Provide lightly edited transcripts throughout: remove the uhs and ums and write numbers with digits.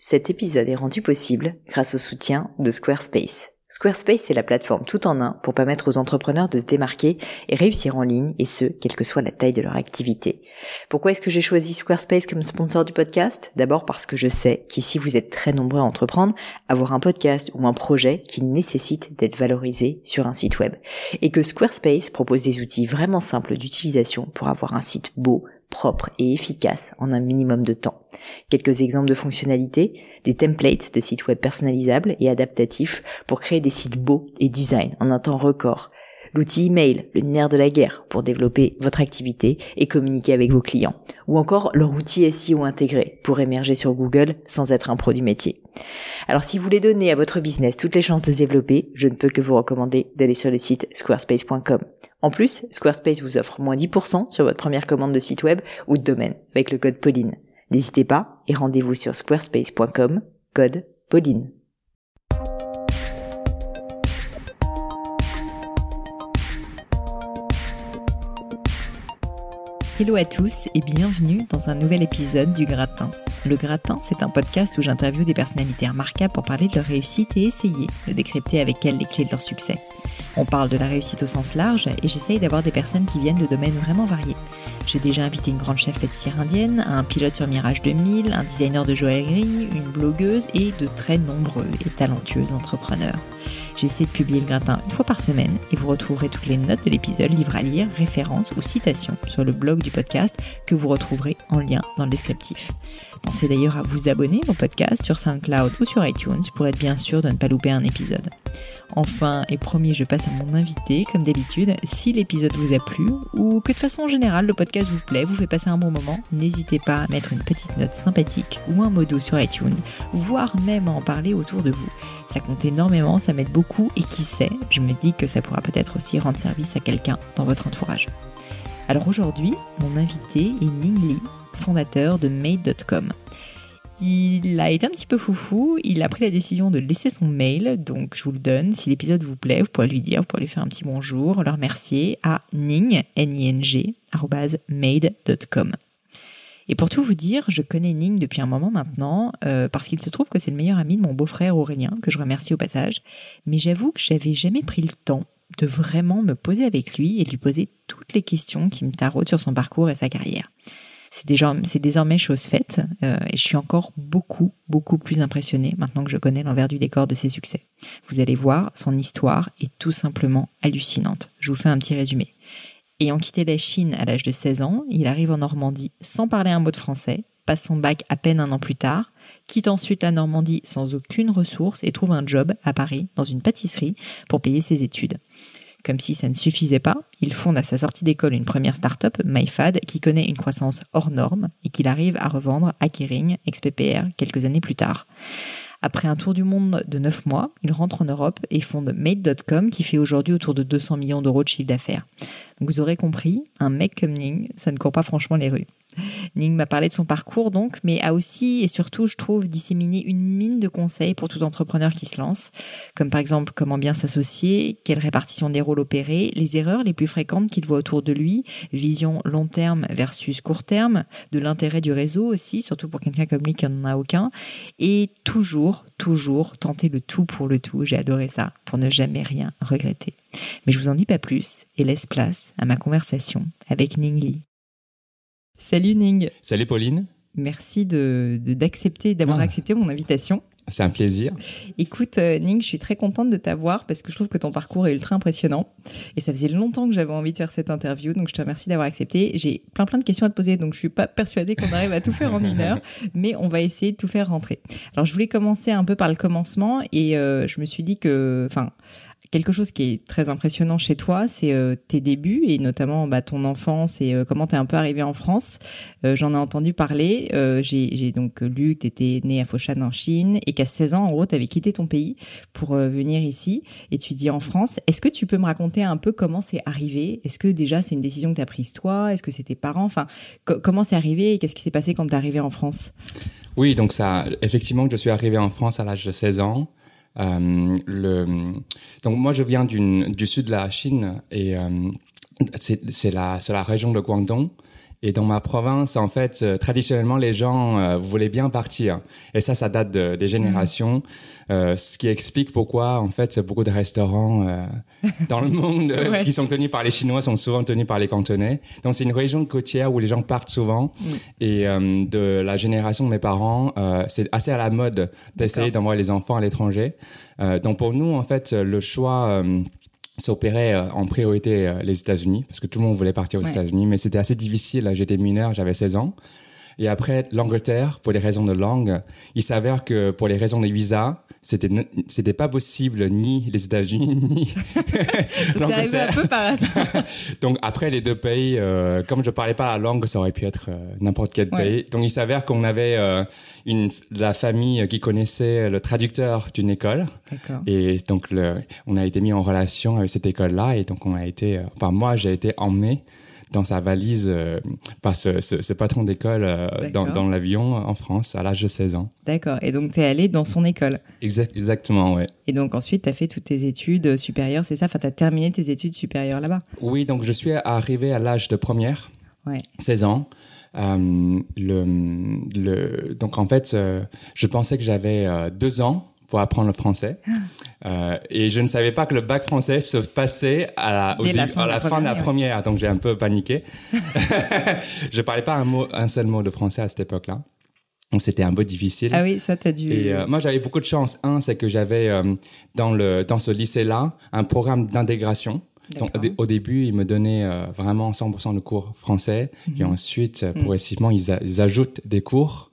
Cet épisode est rendu possible grâce au soutien de Squarespace. Squarespace est la plateforme tout en un pour permettre aux entrepreneurs de se démarquer et réussir en ligne, et ce, quelle que soit la taille de leur activité. Pourquoi est-ce que j'ai choisi Squarespace comme sponsor du podcast ? D'abord parce que je sais qu'ici vous êtes très nombreux à entreprendre, avoir un podcast ou un projet qui nécessite d'être valorisé sur un site web. Et que Squarespace propose des outils vraiment simples d'utilisation pour avoir un site beau, propre et efficace en un minimum de temps. Quelques exemples de fonctionnalités, des templates de sites web personnalisables et adaptatifs pour créer des sites beaux et design en un temps record. L'outil email, le nerf de la guerre pour développer votre activité et communiquer avec vos clients. Ou encore leur outil SEO intégré pour émerger sur Google sans être un pro du métier. Alors si vous voulez donner à votre business toutes les chances de se développer, je ne peux que vous recommander d'aller sur le site squarespace.com. En plus, Squarespace vous offre moins 10% sur votre première commande de site web ou de domaine avec le code Pauline. N'hésitez pas et rendez-vous sur squarespace.com, code Pauline. Hello à tous et bienvenue dans un nouvel épisode du Gratin. Le Gratin, c'est un podcast où j'interviewe des personnalités remarquables pour parler de leur réussite et essayer de décrypter avec elles les clés de leur succès. On parle de la réussite au sens large et j'essaye d'avoir des personnes qui viennent de domaines vraiment variés. J'ai déjà invité une grande chef pâtissière indienne, un pilote sur Mirage 2000, un designer de joaillerie, une blogueuse et de très nombreux et talentueux entrepreneurs. J'essaie de publier le Gratin une fois par semaine et vous retrouverez toutes les notes de l'épisode, livres à lire, références ou citations sur le blog du podcast que vous retrouverez en lien dans le descriptif. Pensez d'ailleurs à vous abonner au podcast sur SoundCloud ou sur iTunes pour être bien sûr de ne pas louper un épisode. Enfin, et promis, je passe à mon invité, comme d'habitude. Si l'épisode vous a plu ou que de façon générale le podcast vous plaît, vous fait passer un bon moment, n'hésitez pas à mettre une petite note sympathique ou un mot doux sur iTunes, voire même à en parler autour de vous. Ça compte énormément, ça m'aide beaucoup et qui sait, je me dis que ça pourra peut-être aussi rendre service à quelqu'un dans votre entourage. Alors aujourd'hui, mon invité est Ning Lee, fondateur de Made.com. Il a été un petit peu foufou, il a pris la décision de laisser son mail, donc je vous le donne. Si l'épisode vous plaît, vous pourrez lui dire, vous pourrez lui faire un petit bonjour, le remercier à ning, N-I-N-G, @made.com. Et pour tout vous dire, je connais Ning depuis un moment maintenant, parce qu'il se trouve que c'est le meilleur ami de mon beau-frère Aurélien, que je remercie au passage. Mais j'avoue que j'avais jamais pris le temps de vraiment me poser avec lui et de lui poser toutes les questions qui me taraudent sur son parcours et sa carrière. C'est désormais chose faite, et je suis encore beaucoup plus impressionnée maintenant que je connais l'envers du décor de ses succès. Vous allez voir, son histoire est tout simplement hallucinante. Je vous fais un petit résumé. Ayant quitté la Chine à l'âge de 16 ans, il arrive en Normandie sans parler un mot de français, passe son bac à peine un an plus tard, quitte ensuite la Normandie sans aucune ressource et trouve un job à Paris dans une pâtisserie pour payer ses études. Comme si ça ne suffisait pas, il fonde à sa sortie d'école une première start-up, MyFad, qui connaît une croissance hors norme et qu'il arrive à revendre à Kering, ex-PPR, quelques années plus tard. Après un tour du monde de 9 mois, il rentre en Europe et fonde Made.com qui fait aujourd'hui autour de 200 millions d'euros de chiffre d'affaires. Donc vous aurez compris, un mec comme Ning, ça ne court pas franchement les rues. Ning m'a parlé de son parcours donc, mais a aussi et surtout, je trouve, disséminé une mine de conseils pour tout entrepreneur qui se lance, comme par exemple comment bien s'associer, quelle répartition des rôles opérer, les erreurs les plus fréquentes qu'il voit autour de lui, vision long terme versus court terme, de l'intérêt du réseau aussi, surtout pour quelqu'un comme lui qui n'en a aucun, et toujours tenter le tout pour le tout, j'ai adoré ça, pour ne jamais rien regretter. Mais je vous en dis pas plus et laisse place à ma conversation avec Ning Lee. Salut Ning. Salut Pauline. Merci d'avoir accepté mon invitation. C'est un plaisir. Écoute Ning, je suis très contente de t'avoir parce que je trouve que ton parcours est ultra impressionnant et ça faisait longtemps que j'avais envie de faire cette interview, donc je te remercie d'avoir accepté. J'ai plein de questions à te poser, donc je suis pas persuadée qu'on arrive à tout faire en 1 heure, mais on va essayer de tout faire rentrer. Alors je voulais commencer un peu par le commencement et je me suis dit que, quelque chose qui est très impressionnant chez toi, c'est tes débuts et notamment ton enfance et comment t'es un peu arrivé en France. J'en ai entendu parler. J'ai donc lu que t'étais né à Foshan en Chine et qu'à 16 ans, en gros, t'avais quitté ton pays pour venir ici étudier en France. Est-ce que tu peux me raconter un peu comment c'est arrivé ? Est-ce que déjà c'est une décision que t'as prise toi ? Est-ce que c'est tes parents ? Enfin, comment c'est arrivé et qu'est-ce qui s'est passé quand t'es arrivé en France ? Oui, donc effectivement, je suis arrivé en France à l'âge de 16 ans. Donc moi je viens du sud de la Chine et c'est la région de Guangdong Et dans ma province, en fait, traditionnellement, les gens voulaient bien partir. Et ça date des générations. Ce qui explique pourquoi, en fait, beaucoup de restaurants dans le monde qui sont tenus par les Chinois sont souvent tenus par les Cantonais. Donc, c'est une région côtière où les gens partent souvent. Et de la génération de mes parents, c'est assez à la mode d'essayer d'envoyer les enfants à l'étranger. Donc, pour nous, en fait, le choix s'opérait en priorité les États-Unis, parce que tout le monde voulait partir aux États-Unis, mais c'était assez difficile. J'étais mineur, j'avais 16 ans. Et après, l'Angleterre, pour les raisons de langue, il s'avère que pour les raisons de visa, c'était pas possible ni les États-Unis, ni l'Angleterre. Un peu par hasard. Donc après les deux pays, comme je parlais pas la langue, ça aurait pu être n'importe quel pays. Donc il s'avère qu'on avait la famille qui connaissait le traducteur d'une école. D'accord. Et donc on a été mis en relation avec cette école-là, et donc moi j'ai été emmené dans sa valise par ce patron d'école dans l'avion en France à l'âge de 16 ans. D'accord. Et donc, tu es allé dans son école. Exactement, oui. Et donc, ensuite, tu as fait toutes tes études supérieures, c'est ça? Enfin, tu as terminé tes études supérieures là-bas? Oui, donc je suis arrivé à l'âge de première, 16 ans. Donc, en fait, je pensais que j'avais 2 ans pour apprendre le français. Et je ne savais pas que le bac français se passait à la fin de la première. Donc, j'ai un peu paniqué. Je parlais pas un seul mot de français à cette époque-là. Donc, c'était un peu difficile. Ah oui, ça, t'as dû... Et moi, j'avais beaucoup de chance. C'est que j'avais, dans ce lycée-là, un programme d'intégration. Donc, au début, ils me donnaient vraiment 100% de cours français. Et ensuite, progressivement, ils ajoutent des cours.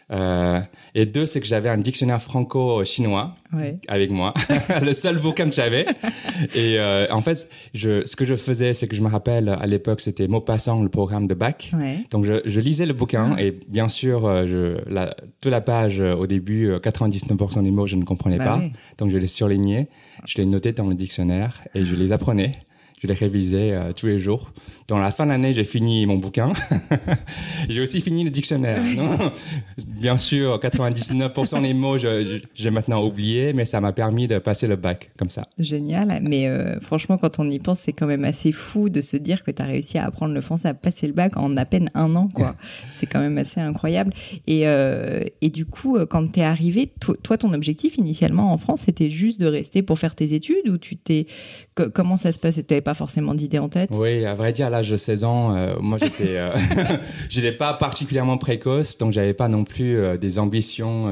Et 2, c'est que j'avais un dictionnaire franco-chinois avec moi, le seul bouquin que j'avais. Et en fait, ce que je faisais, c'est que je me rappelle, à l'époque, c'était Maupassant, le programme de bac. Donc, je lisais le bouquin et bien sûr, toute la page, au début, 99% des mots, je ne comprenais pas. Donc, je les surlignais, je les notais dans le dictionnaire et je les apprenais. Je les révisais tous les jours. Dans la fin de l'année, j'ai fini mon bouquin. J'ai aussi fini le dictionnaire. Non, bien sûr, 99% des mots, j'ai maintenant oublié, mais ça m'a permis de passer le bac comme ça. Génial. Mais franchement, quand on y pense, c'est quand même assez fou de se dire que tu as réussi à apprendre le français, à passer le bac en à peine 1 an, quoi. C'est quand même assez incroyable. Et du coup, quand tu es arrivé, toi, ton objectif initialement en France, c'était juste de rester pour faire tes études, ou comment ça se passait? Tu n'avais pas forcément d'idée en tête? Oui, à vrai dire, à l'âge de 16 ans, moi, je n'étais pas particulièrement précoce, donc j'avais pas non plus des ambitions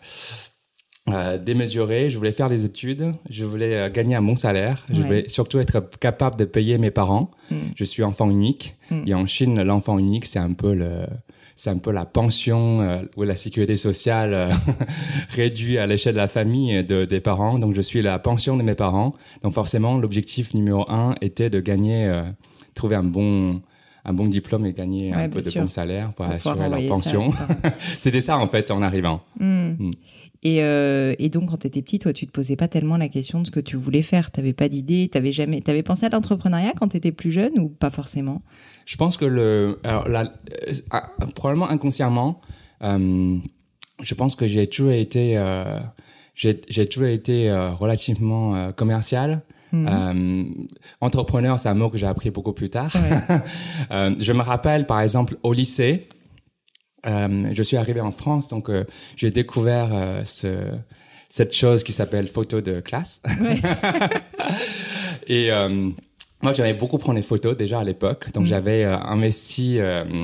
démesurées. Je voulais faire des études, je voulais gagner un bon salaire, je voulais surtout être capable de payer mes parents. Je suis enfant unique, et en Chine, l'enfant unique, c'est un peu la pension ou la sécurité sociale réduite à l'échelle de la famille des parents. Donc, je suis la pension de mes parents. Donc, forcément, l'objectif numéro 1 était de trouver un bon diplôme et gagner un peu de bon salaire pour assurer leur pension. C'était ça, en fait, en arrivant. Et donc, quand tu étais petit, toi, tu te posais pas tellement la question de ce que tu voulais faire. Tu n'avais pas d'idée. T'avais pensé à l'entrepreneuriat quand tu étais plus jeune, ou pas forcément? Je pense que probablement inconsciemment, je pense que j'ai toujours été relativement commercial. Entrepreneur, c'est un mot que j'ai appris beaucoup plus tard. Je me rappelle, par exemple, au lycée, je suis arrivé en France, donc j'ai découvert cette chose qui s'appelle photo de classe. Et moi, j'aimais beaucoup prendre des photos déjà à l'époque, donc j'avais investi.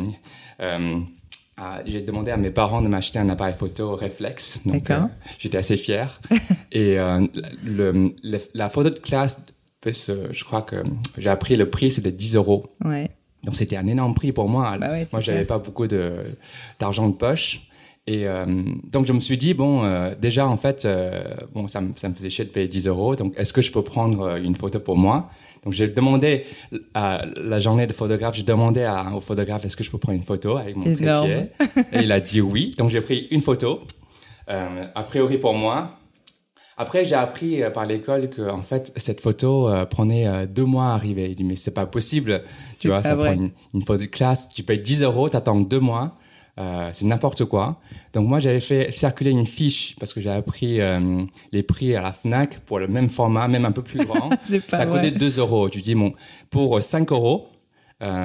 J'ai demandé à mes parents de m'acheter un appareil photo réflexe, donc j'étais assez fier. Et la photo de classe, je crois que j'ai appris le prix, c'était 10 €. Donc c'était un énorme prix pour moi. Moi, j'avais pas beaucoup d'argent de poche. Et donc je me suis dit, déjà en fait, ça me faisait chier de payer 10 €. Donc est-ce que je peux prendre une photo pour moi? Donc j'ai demandé à la journée de photographe, au photographe, est-ce que je peux prendre une photo avec mon trépied? Et il a dit oui. Donc j'ai pris une photo, a priori pour moi. Après, j'ai appris par l'école que, en fait, cette photo prenait 2 mois à arriver. Il dit, mais c'est pas possible. Tu vois, ça prend une photo de classe. Tu payes 10 €, t'attends 2 mois. C'est n'importe quoi. Donc moi, j'avais fait circuler une fiche parce que j'ai appris les prix à la Fnac pour le même format, même un peu plus grand. Ça coûtait 2 €. Tu dis, pour 5 €,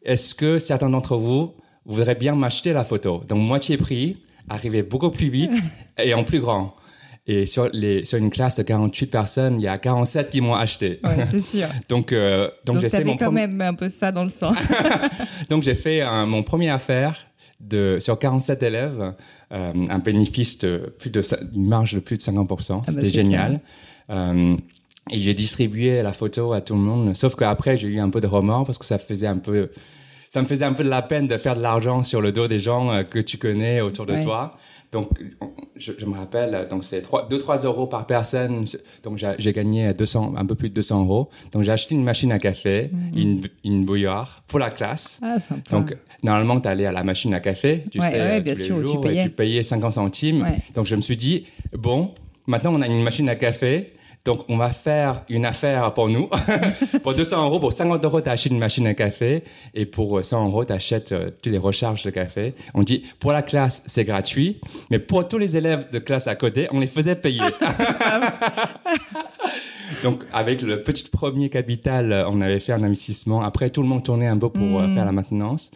est-ce que certains d'entre vous voudraient bien m'acheter la photo? Donc, moitié prix, arriver beaucoup plus vite et en plus grand. Et sur une classe de 48 personnes, il y a 47 qui m'ont acheté. Ouais, c'est sûr. Donc j'ai fait quand même un peu ça dans le sang. Donc, j'ai fait mon premier affaire sur 47 élèves, un bénéfice une marge de plus de 50%. C'était génial. Et j'ai distribué la photo à tout le monde. Sauf qu'après, j'ai eu un peu de remords parce que ça me faisait un peu de la peine de faire de l'argent sur le dos des gens que tu connais autour de toi. Donc, je me rappelle, donc c'est 2-3 euros par personne. Donc, j'ai gagné un peu plus de 200 euros. Donc, j'ai acheté une machine à café, une bouilloire pour la classe. Ah, sympa. Donc, normalement, tu allais à la machine à café, tu sais, bien tous les sûr, jours, tu payais. et tu payais 50 centimes. Ouais. Donc, je me suis dit, bon, maintenant, on a une machine à café. Donc, on va faire une affaire pour nous. Pour 200 euros, pour 50 euros, tu achètes une machine à café. Et pour 100 euros, tu achètes toutes les recharges de café. On dit, pour la classe, c'est gratuit. Mais pour tous les élèves de classe à côté, on les faisait payer. Donc, avec le petit premier capital, on avait fait un investissement. Après, tout le monde tournait un peu pour faire la maintenance.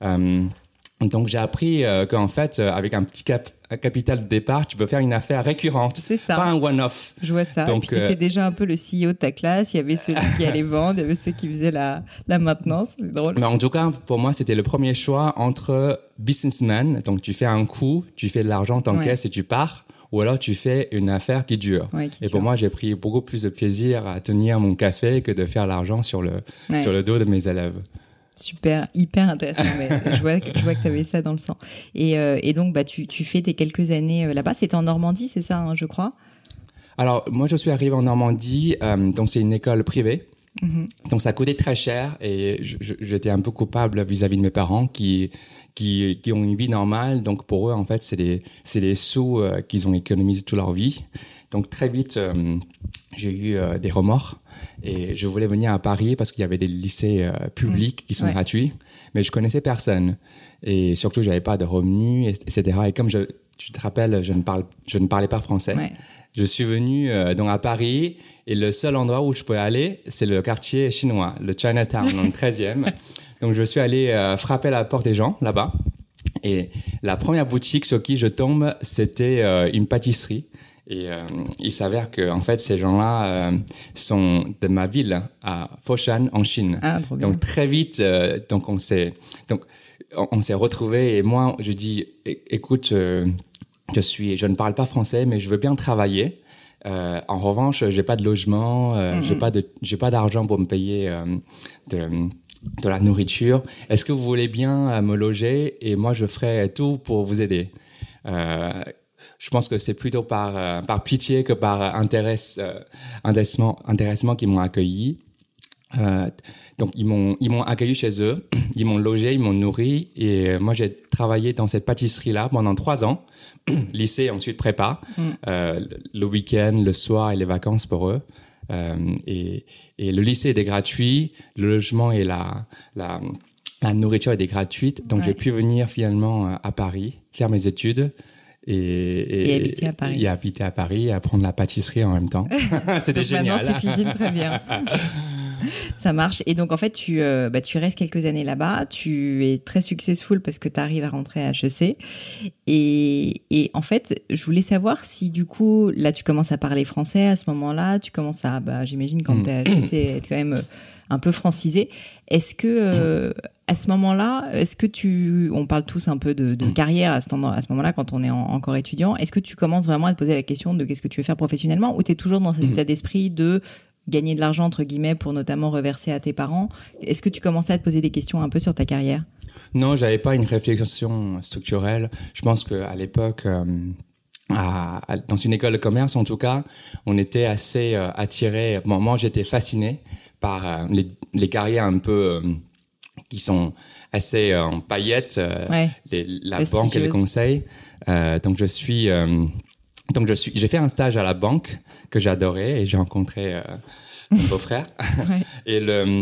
Donc, j'ai appris qu'en fait, avec un petit capital de départ, tu peux faire une affaire récurrente. C'est ça. Pas un one-off. Je vois ça. Donc, tu étais déjà un peu le CEO de ta classe. Il y avait celui qui allait vendre, il y avait ceux qui faisaient la maintenance. C'est drôle. Mais en tout cas, pour moi, c'était le premier choix entre businessman. Donc, tu fais un coup, tu fais de l'argent, t'encaisses et tu pars. Ou alors, tu fais une affaire qui dure. Et pour moi, j'ai pris beaucoup plus de plaisir à tenir mon café que de faire l'argent sur le dos de mes élèves. Super, hyper intéressant. Mais je vois que tu avais ça dans le sang. Et donc, tu fais tes quelques années là-bas. C'était en Normandie, c'est ça, je crois? Alors, moi, je suis arrivé en Normandie. Donc, c'est une école privée. Donc, ça coûtait très cher. Et j'étais un peu coupable vis-à-vis de mes parents qui ont une vie normale. Donc, pour eux, en fait, c'est des sous qu'ils ont économisés toute leur vie. Donc, très vite, j'ai eu des remords. Et je voulais venir à Paris parce qu'il y avait des lycées publics qui sont gratuits, mais je connaissais personne. Et surtout, j'avais pas de revenus, etc. Et comme tu te rappelles, je ne parlais pas français. Ouais. Je suis venu donc à Paris et le seul endroit où je pouvais aller, c'est le quartier chinois, le Chinatown, dans le 13e. Donc, je suis allé frapper à la porte des gens là-bas. Et la première boutique sur qui je tombe, c'était une pâtisserie. Et il s'avère que en fait ces gens-là sont de ma ville à Foshan en Chine. Ah, trop bien. Donc très vite donc on s'est retrouvés et moi je dis écoute je ne parle pas français mais je veux bien travailler. En revanche, j'ai pas de logement, j'ai pas d'argent pour me payer de la nourriture. Est-ce que vous voulez bien me loger et moi je ferai tout pour vous aider. Je pense que c'est plutôt par pitié que par intéressement qu'ils m'ont accueilli. Donc ils m'ont accueilli chez eux, ils m'ont logé, ils m'ont nourri et moi j'ai travaillé dans cette pâtisserie là pendant 3 ans, lycée ensuite prépa, le week-end, le soir et les vacances pour eux. Et le lycée était gratuit, le logement et la nourriture était gratuite, donc j'ai pu venir finalement à Paris faire mes études. Et habiter à Paris. Et habiter à Paris et apprendre la pâtisserie en même temps. C'était génial. Maintenant, tu cuisines très bien. Ça marche. Et donc, en fait, tu restes quelques années là-bas. Tu es très successful parce que tu arrives à rentrer à HEC. Et en fait, je voulais savoir si, du coup, là, tu commences à parler français à ce moment-là. Tu commences à, j'imagine, quand tu es à HEC, être quand même un peu francisé. Est-ce que, à ce moment-là, on parle tous un peu de carrière à ce moment-là, quand on est encore étudiant. Est-ce que tu commences vraiment à te poser la question de qu'est-ce que tu veux faire professionnellement ou tu es toujours dans cet état d'esprit de gagner de l'argent, entre guillemets, pour notamment reverser à tes parents? Est-ce que tu commençais à te poser des questions un peu sur ta carrière? Non, j'avais pas une réflexion structurelle. Je pense qu'à l'époque, dans une école de commerce, en tout cas, on était assez attirés. Bon, moi, j'étais fasciné par les carrières un peu qui sont assez en paillettes, la banque et les conseils. Donc j'ai fait un stage à la banque que j'adorais et j'ai rencontré mon beau-frère. Et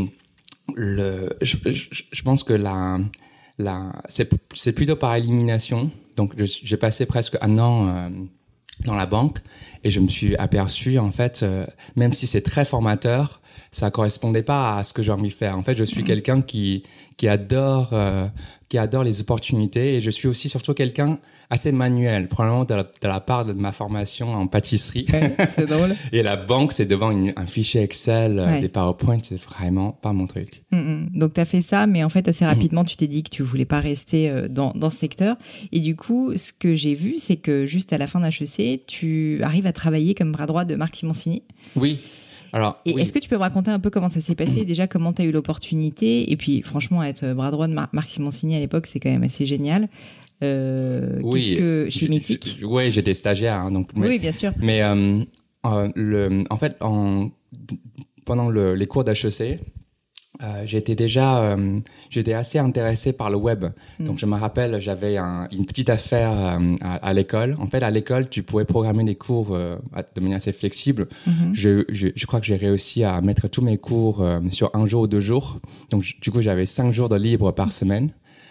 je pense que c'est plutôt par élimination. Donc j'ai passé presque 1 an dans la banque et je me suis aperçu en fait, même si c'est très formateur, ça correspondait pas à ce que j'ai envie de faire. En fait, je suis quelqu'un qui adore les opportunités et je suis aussi surtout quelqu'un assez manuel, probablement de la part de ma formation en pâtisserie. Ouais, c'est drôle. Et la banque, c'est devant un fichier Excel, des PowerPoint, c'est vraiment pas mon truc. Donc, tu as fait ça, mais en fait, assez rapidement, tu t'es dit que tu voulais pas rester dans ce secteur. Et du coup, ce que j'ai vu, c'est que juste à la fin d'HEC, tu arrives à travailler comme bras droit de Marc Simoncini. Oui. Alors, Est-ce que tu peux me raconter un peu comment ça s'est passé, déjà comment tu as eu l'opportunité, et puis franchement être bras droit de Marc Simoncini à l'époque, c'est quand même assez génial. Qu'est-ce que chez Mythique? Oui, j'étais stagiaire, hein, donc. Oui, bien sûr. Mais en fait, pendant les cours d'HEC, j'étais assez intéressé par le web. Donc je me rappelle, j'avais une petite affaire à l'école. En fait, à l'école, tu pouvais programmer des cours de manière assez flexible. Je crois que j'ai réussi à mettre tous mes cours sur 1 jour ou 2 jours. Donc du coup, j'avais 5 jours de libre par semaine.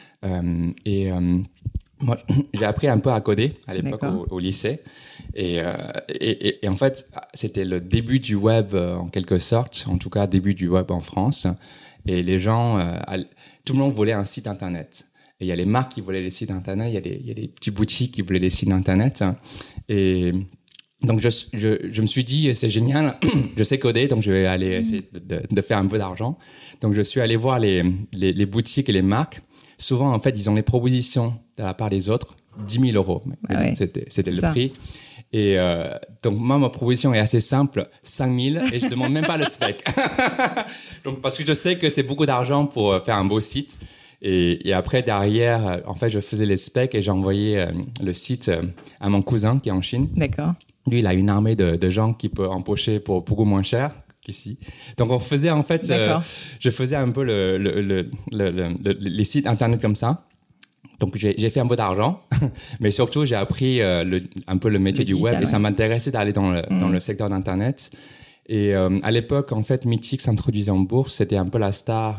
Moi, j'ai appris un peu à coder à l'époque au lycée. Et en fait, c'était le début du web en quelque sorte, en tout cas début du web en France. Et les gens, tout le monde voulait un site internet. Et il y a les marques qui voulaient les sites internet, il y a des petites boutiques qui voulaient les sites internet. Et donc je me suis dit, c'est génial, je sais coder, donc je vais aller essayer de faire un peu d'argent. Donc je suis allé voir les boutiques et les marques. Souvent, en fait, ils ont les propositions de la part des autres, 10 000 euros. Ouais, c'était le prix. Et donc, moi, ma proposition est assez simple, 5 000, et je demande même pas le spec. Donc, parce que je sais que c'est beaucoup d'argent pour faire un beau site. Et après, derrière, en fait, je faisais les specs et j'envoyais le site à mon cousin qui est en Chine. D'accord. Lui, il a une armée de gens qui peut empocher pour beaucoup moins cher qu'ici. Donc, on faisait en fait, je faisais un peu les sites internet comme ça. Donc, j'ai fait un peu d'argent, mais surtout, j'ai appris un peu le métier du web et ça m'intéressait d'aller dans le secteur d'Internet. Et à l'époque, en fait, Mythique s'introduisait en bourse. C'était un peu la star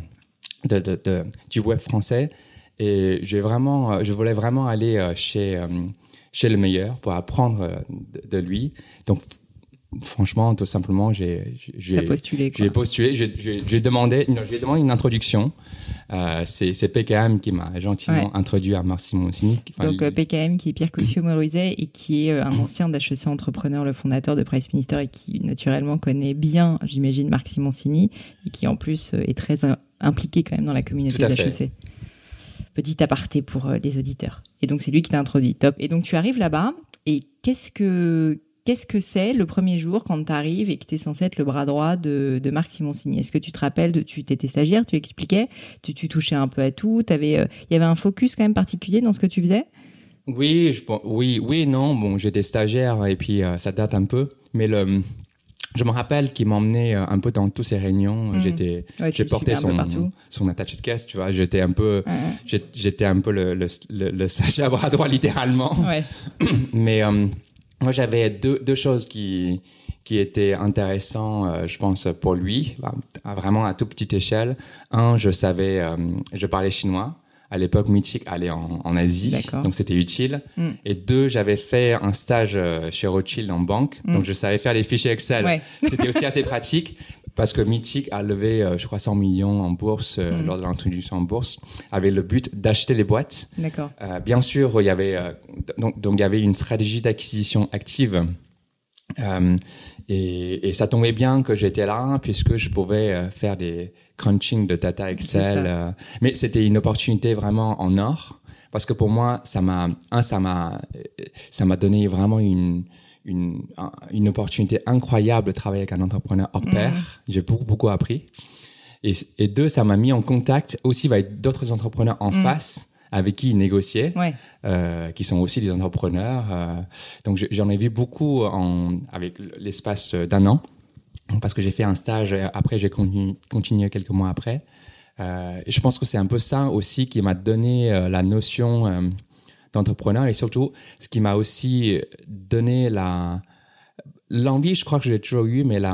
du web français. Et je voulais vraiment aller chez le meilleur pour apprendre de lui. Donc, franchement, tout simplement, j'ai postulé. J'ai demandé une introduction. C'est PKM qui m'a gentiment introduit à Marc Simoncini. Donc PKM qui est Pierre Coussiot-Morizet et qui est un ancien d'HEC Entrepreneur, le fondateur de Price Minister et qui naturellement connaît bien, j'imagine, Marc Simoncini et qui en plus est très impliqué quand même dans la communauté d'HEC. Petit aparté pour les auditeurs. Et donc c'est lui qui t'a introduit. Top. Et donc tu arrives là-bas et qu'est-ce que c'est le premier jour quand tu arrives et que tu es censé être le bras droit de Marc Simoncini? Est-ce que tu te rappelles, tu étais stagiaire, tu expliquais, tu touchais un peu à tout, il y avait un focus quand même particulier dans ce que tu faisais? Oui, non. Bon, j'étais stagiaire et puis ça date un peu. Mais je me rappelle qu'il m'emmenait un peu dans toutes ces réunions. J'ai porté son attaché de caisse, tu vois. J'étais un peu le stagiaire bras droit littéralement. Ouais. Mais moi, j'avais deux choses qui étaient intéressantes, je pense, pour lui, vraiment à toute petite échelle. Un, je parlais chinois. À l'époque, Mythique allait en Asie, donc c'était utile. Et 2, j'avais fait un stage chez Rothschild en banque, donc je savais faire les fichiers Excel. Ouais. C'était aussi assez pratique parce que Mythique a levé, je crois, 100 millions en bourse lors de l'introduction en bourse, avec le but d'acheter les boîtes. D'accord. Bien sûr, il y avait donc il y avait une stratégie d'acquisition active. Et ça tombait bien que j'étais là puisque je pouvais faire des crunching de data Excel. Mais c'était une opportunité vraiment en or parce que pour moi, ça m'a donné vraiment une opportunité incroyable de travailler avec un entrepreneur hors pair. J'ai beaucoup appris. Et 2, ça m'a mis en contact aussi avec d'autres entrepreneurs en face avec qui ils négociaient, qui sont aussi des entrepreneurs. Donc j'en ai vu beaucoup avec l'espace d'1 an, parce que j'ai fait un stage, après j'ai continué quelques mois après. Et je pense que c'est un peu ça aussi qui m'a donné la notion d'entrepreneur et surtout ce qui m'a aussi donné l'envie, je crois que j'ai toujours eu, mais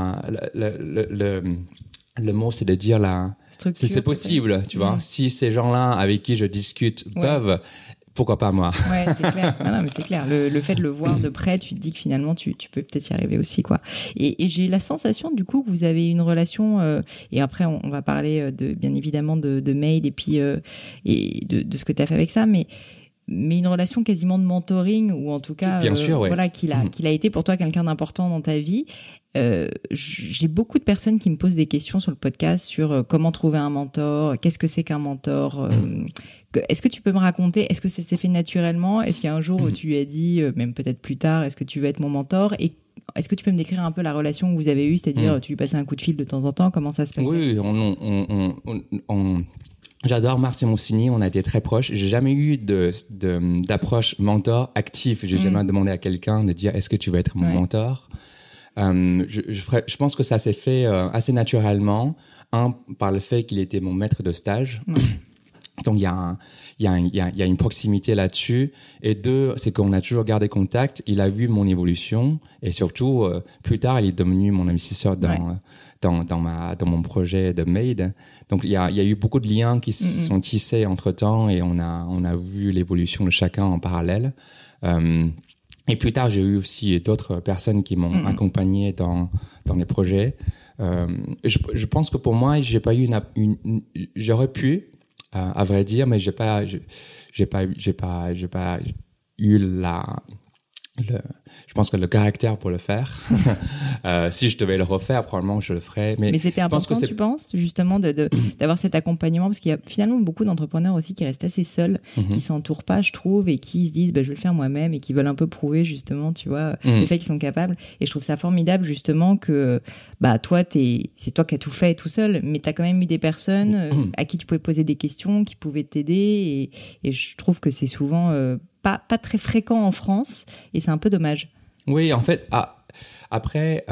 le mot, c'est de dire c'est possible, tu vois. Si ces gens-là avec qui je discute peuvent pourquoi pas moi? Ouais, c'est clair. Non, mais c'est clair. Le fait de le voir de près, tu te dis que finalement, tu peux peut-être y arriver aussi, quoi. Et j'ai la sensation, du coup, que vous avez une relation, et après, on va parler bien évidemment de Made et puis, et de ce que tu as fait avec ça, mais une relation quasiment de mentoring, ou en tout cas, bien sûr, ouais. Voilà, qu'il a été pour toi quelqu'un d'important dans ta vie. J'ai beaucoup de personnes qui me posent des questions sur le podcast sur comment trouver un mentor, qu'est-ce que c'est qu'un mentor, est-ce que tu peux me raconter, est-ce que ça s'est fait naturellement, est-ce qu'il y a un jour où tu lui as dit, même peut-être plus tard, est-ce que tu veux être mon mentor, et est-ce que tu peux me décrire un peu la relation que vous avez eue, c'est-à-dire tu lui passais un coup de fil de temps en temps, comment ça se passait? Oui, j'adore Marc Simoncini, on a été très proches. J'ai jamais eu d'approche mentor active. J'ai jamais demandé à quelqu'un de dire est-ce que tu veux être mon mentor. Je pense que ça s'est fait assez naturellement. Par le fait qu'il était mon maître de stage. Donc il y a une proximité là-dessus. Et deux, c'est qu'on a toujours gardé contact. Il a vu mon évolution et surtout plus tard, il est devenu mon investisseur dans mon projet de Made. Donc il y a eu beaucoup de liens qui se sont tissés entre-temps et on a vu l'évolution de chacun en parallèle. Et plus tard, j'ai eu aussi d'autres personnes qui m'ont accompagné dans les projets. Je pense que pour moi, j'ai pas eu j'aurais pu, à vrai dire, mais j'ai pas eu je pense que le caractère pour le faire. Si je devais le refaire, probablement je le ferais. Mais c'était important, tu penses, justement, d'avoir cet accompagnement, parce qu'il y a finalement beaucoup d'entrepreneurs aussi qui restent assez seuls, qui s'entourent pas, je trouve, et qui se disent, je vais le faire moi-même, et qui veulent un peu prouver, justement, tu vois, le fait qu'ils sont capables. Et je trouve ça formidable, justement, que, toi, c'est toi qui as tout fait tout seul, mais t'as quand même eu des personnes à qui tu pouvais poser des questions, qui pouvaient t'aider, et je trouve que c'est souvent pas très fréquent en France, et c'est un peu dommage. Oui, en fait, après,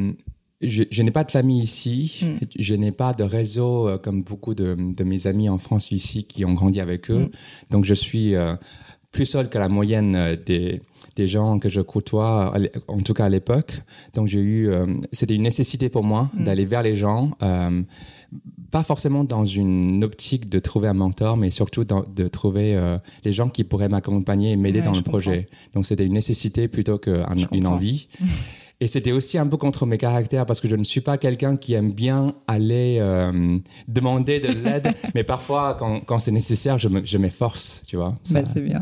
je n'ai pas de famille ici, je n'ai pas de réseau comme beaucoup de mes amis en France ici qui ont grandi avec eux, donc je suis plus seul que la moyenne des gens que je côtoie, en tout cas à l'époque. Donc c'était une nécessité pour moi d'aller vers les gens, pas forcément dans une optique de trouver un mentor, mais surtout de trouver les gens qui pourraient m'accompagner et m'aider dans le projet. Donc c'était une nécessité plutôt qu'une envie. Et c'était aussi un peu contre mes caractères parce que je ne suis pas quelqu'un qui aime bien aller demander de l'aide, mais parfois quand c'est nécessaire, je m'efforce, tu vois. Ça. C'est bien.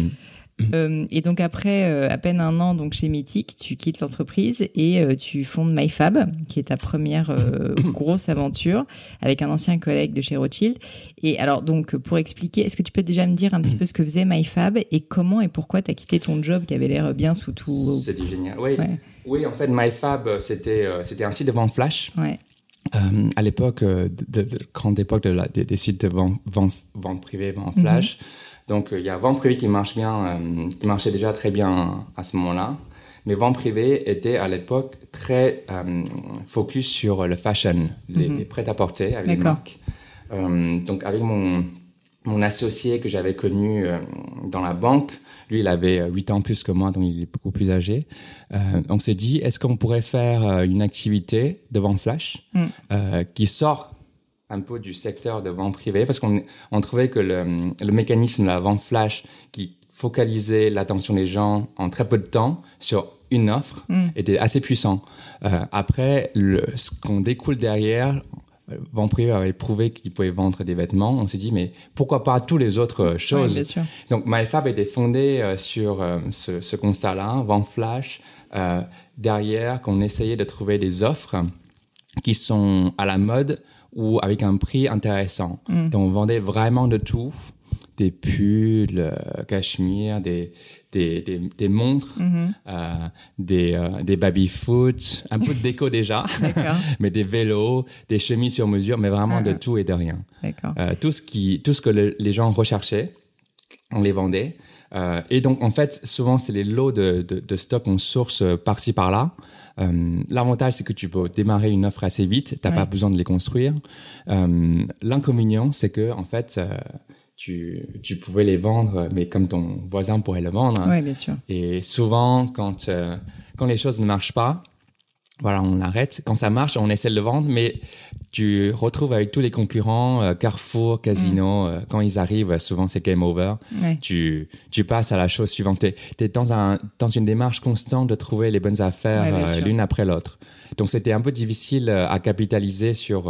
Et donc après à peine un an donc chez Mythique, tu quittes l'entreprise et tu fondes MyFab, qui est ta première grosse aventure avec un ancien collègue de chez Rothschild. Et alors donc pour expliquer, est-ce que tu peux déjà me dire un petit peu ce que faisait MyFab et comment et pourquoi tu as quitté ton job qui avait l'air bien sous tout? C'était génial. Oui. Ouais. Oui, en fait MyFab c'était un site de vente flash. Ouais. À l'époque de grande époque des sites de vente privée, vente flash. Donc, il y a vente privée qui marchait déjà très bien à ce moment-là. Mais vente privée était à l'époque très focus sur le fashion, les prêt-à-porter avec les marques. Donc, avec mon associé que j'avais connu dans la banque, lui, il avait 8 ans plus que moi, donc il est beaucoup plus âgé. On s'est dit, est-ce qu'on pourrait faire une activité de vente flash qui sort un peu du secteur de vente privée, parce qu'on trouvait que le mécanisme de la vente flash qui focalisait l'attention des gens en très peu de temps sur une offre était assez puissant. Après, ce qu'on découle derrière, vente privée avait prouvé qu'il pouvait vendre des vêtements. On s'est dit, mais pourquoi pas toutes les autres choses? Oui, bien sûr. Donc, MyFab était fondé sur ce constat-là, vente flash. Derrière, qu'on essayait de trouver des offres qui sont à la mode ou avec un prix intéressant. Donc, on vendait vraiment de tout. Des pulls, cachemire, des montres, des baby-foot, un peu de déco déjà, mais des vélos, des chemises sur mesure, mais vraiment de tout et de rien. Tout ce que les gens recherchaient, on les vendait. Et donc, en fait, souvent, c'est les lots de stock qu'on source par-ci, par-là. L'avantage, c'est que tu peux démarrer une offre assez vite. T'as pas besoin de les construire. L'inconvénient, c'est que, en fait, tu pouvais les vendre, mais comme ton voisin pourrait le vendre. Oui, bien sûr. Et souvent, quand les choses ne marchent pas, voilà, on arrête. Quand ça marche, on essaie de le vendre, mais tu retrouves avec tous les concurrents, Carrefour, Casino, quand ils arrivent, souvent c'est game over. Ouais. Tu passes à la chose suivante. T'es dans une démarche constante de trouver les bonnes affaires l'une après l'autre. Donc c'était un peu difficile à capitaliser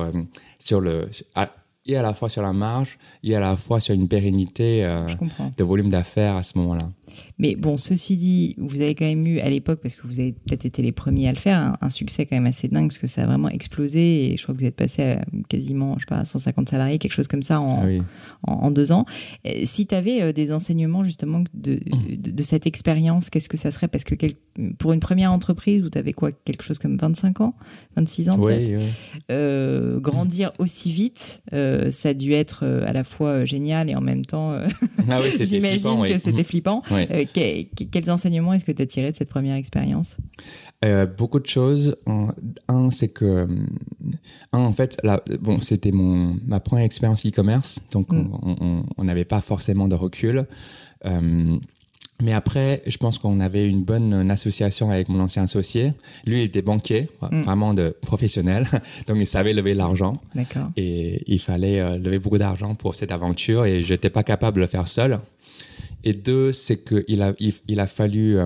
et à la fois sur la marge et à la fois sur une pérennité de volume d'affaires à ce moment-là. Mais bon, ceci dit, vous avez quand même eu à l'époque, parce que vous avez peut-être été les premiers à le faire, un succès quand même assez dingue, parce que ça a vraiment explosé, et je crois que vous êtes passé à quasiment, je sais pas, 150 salariés, quelque chose comme ça en 2 ans. Si tu avais des enseignements justement de cette expérience, qu'est-ce que ça serait? Parce que pour une première entreprise où tu avais quoi, quelque chose comme 25 ans, 26 ans peut-être, grandir aussi vite, ça a dû être à la fois génial et en même temps, j'imagine que c'était flippant. Oui. Quels enseignements est-ce que tu as tiré de cette première expérience? Beaucoup de choses. C'est que, en fait, c'était ma première expérience e-commerce, donc on n'avait pas forcément de recul. Mais après, je pense qu'on avait une bonne association avec mon ancien associé. Lui, il était banquier, vraiment de professionnel. Donc, il savait lever l'argent. D'accord. Et il fallait lever beaucoup d'argent pour cette aventure et j'étais pas capable de le faire seul. Et 2, c'est qu'il a fallu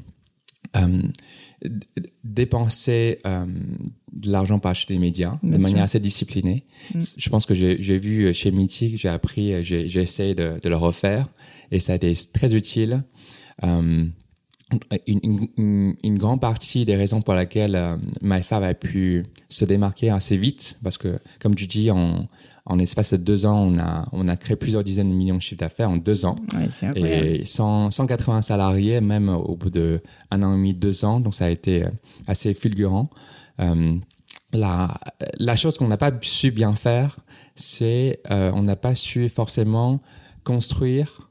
dépenser de l'argent pour acheter des médias de manière assez disciplinée. Je pense que j'ai vu chez Mythique, j'ai appris, j'ai essayé de le refaire et ça a été très utile. Une grande partie des raisons pour lesquelles MyFab a pu se démarquer assez vite, parce que, comme tu dis, en espace de 2 ans, on a créé plusieurs dizaines de millions de chiffres d'affaires en 2 ans. Ouais, c'est incroyable. Et 180 salariés, même au bout de 1 an et demi, 2 ans. Donc, ça a été assez fulgurant. La chose qu'on n'a pas su bien faire, c'est on n'a pas su forcément construire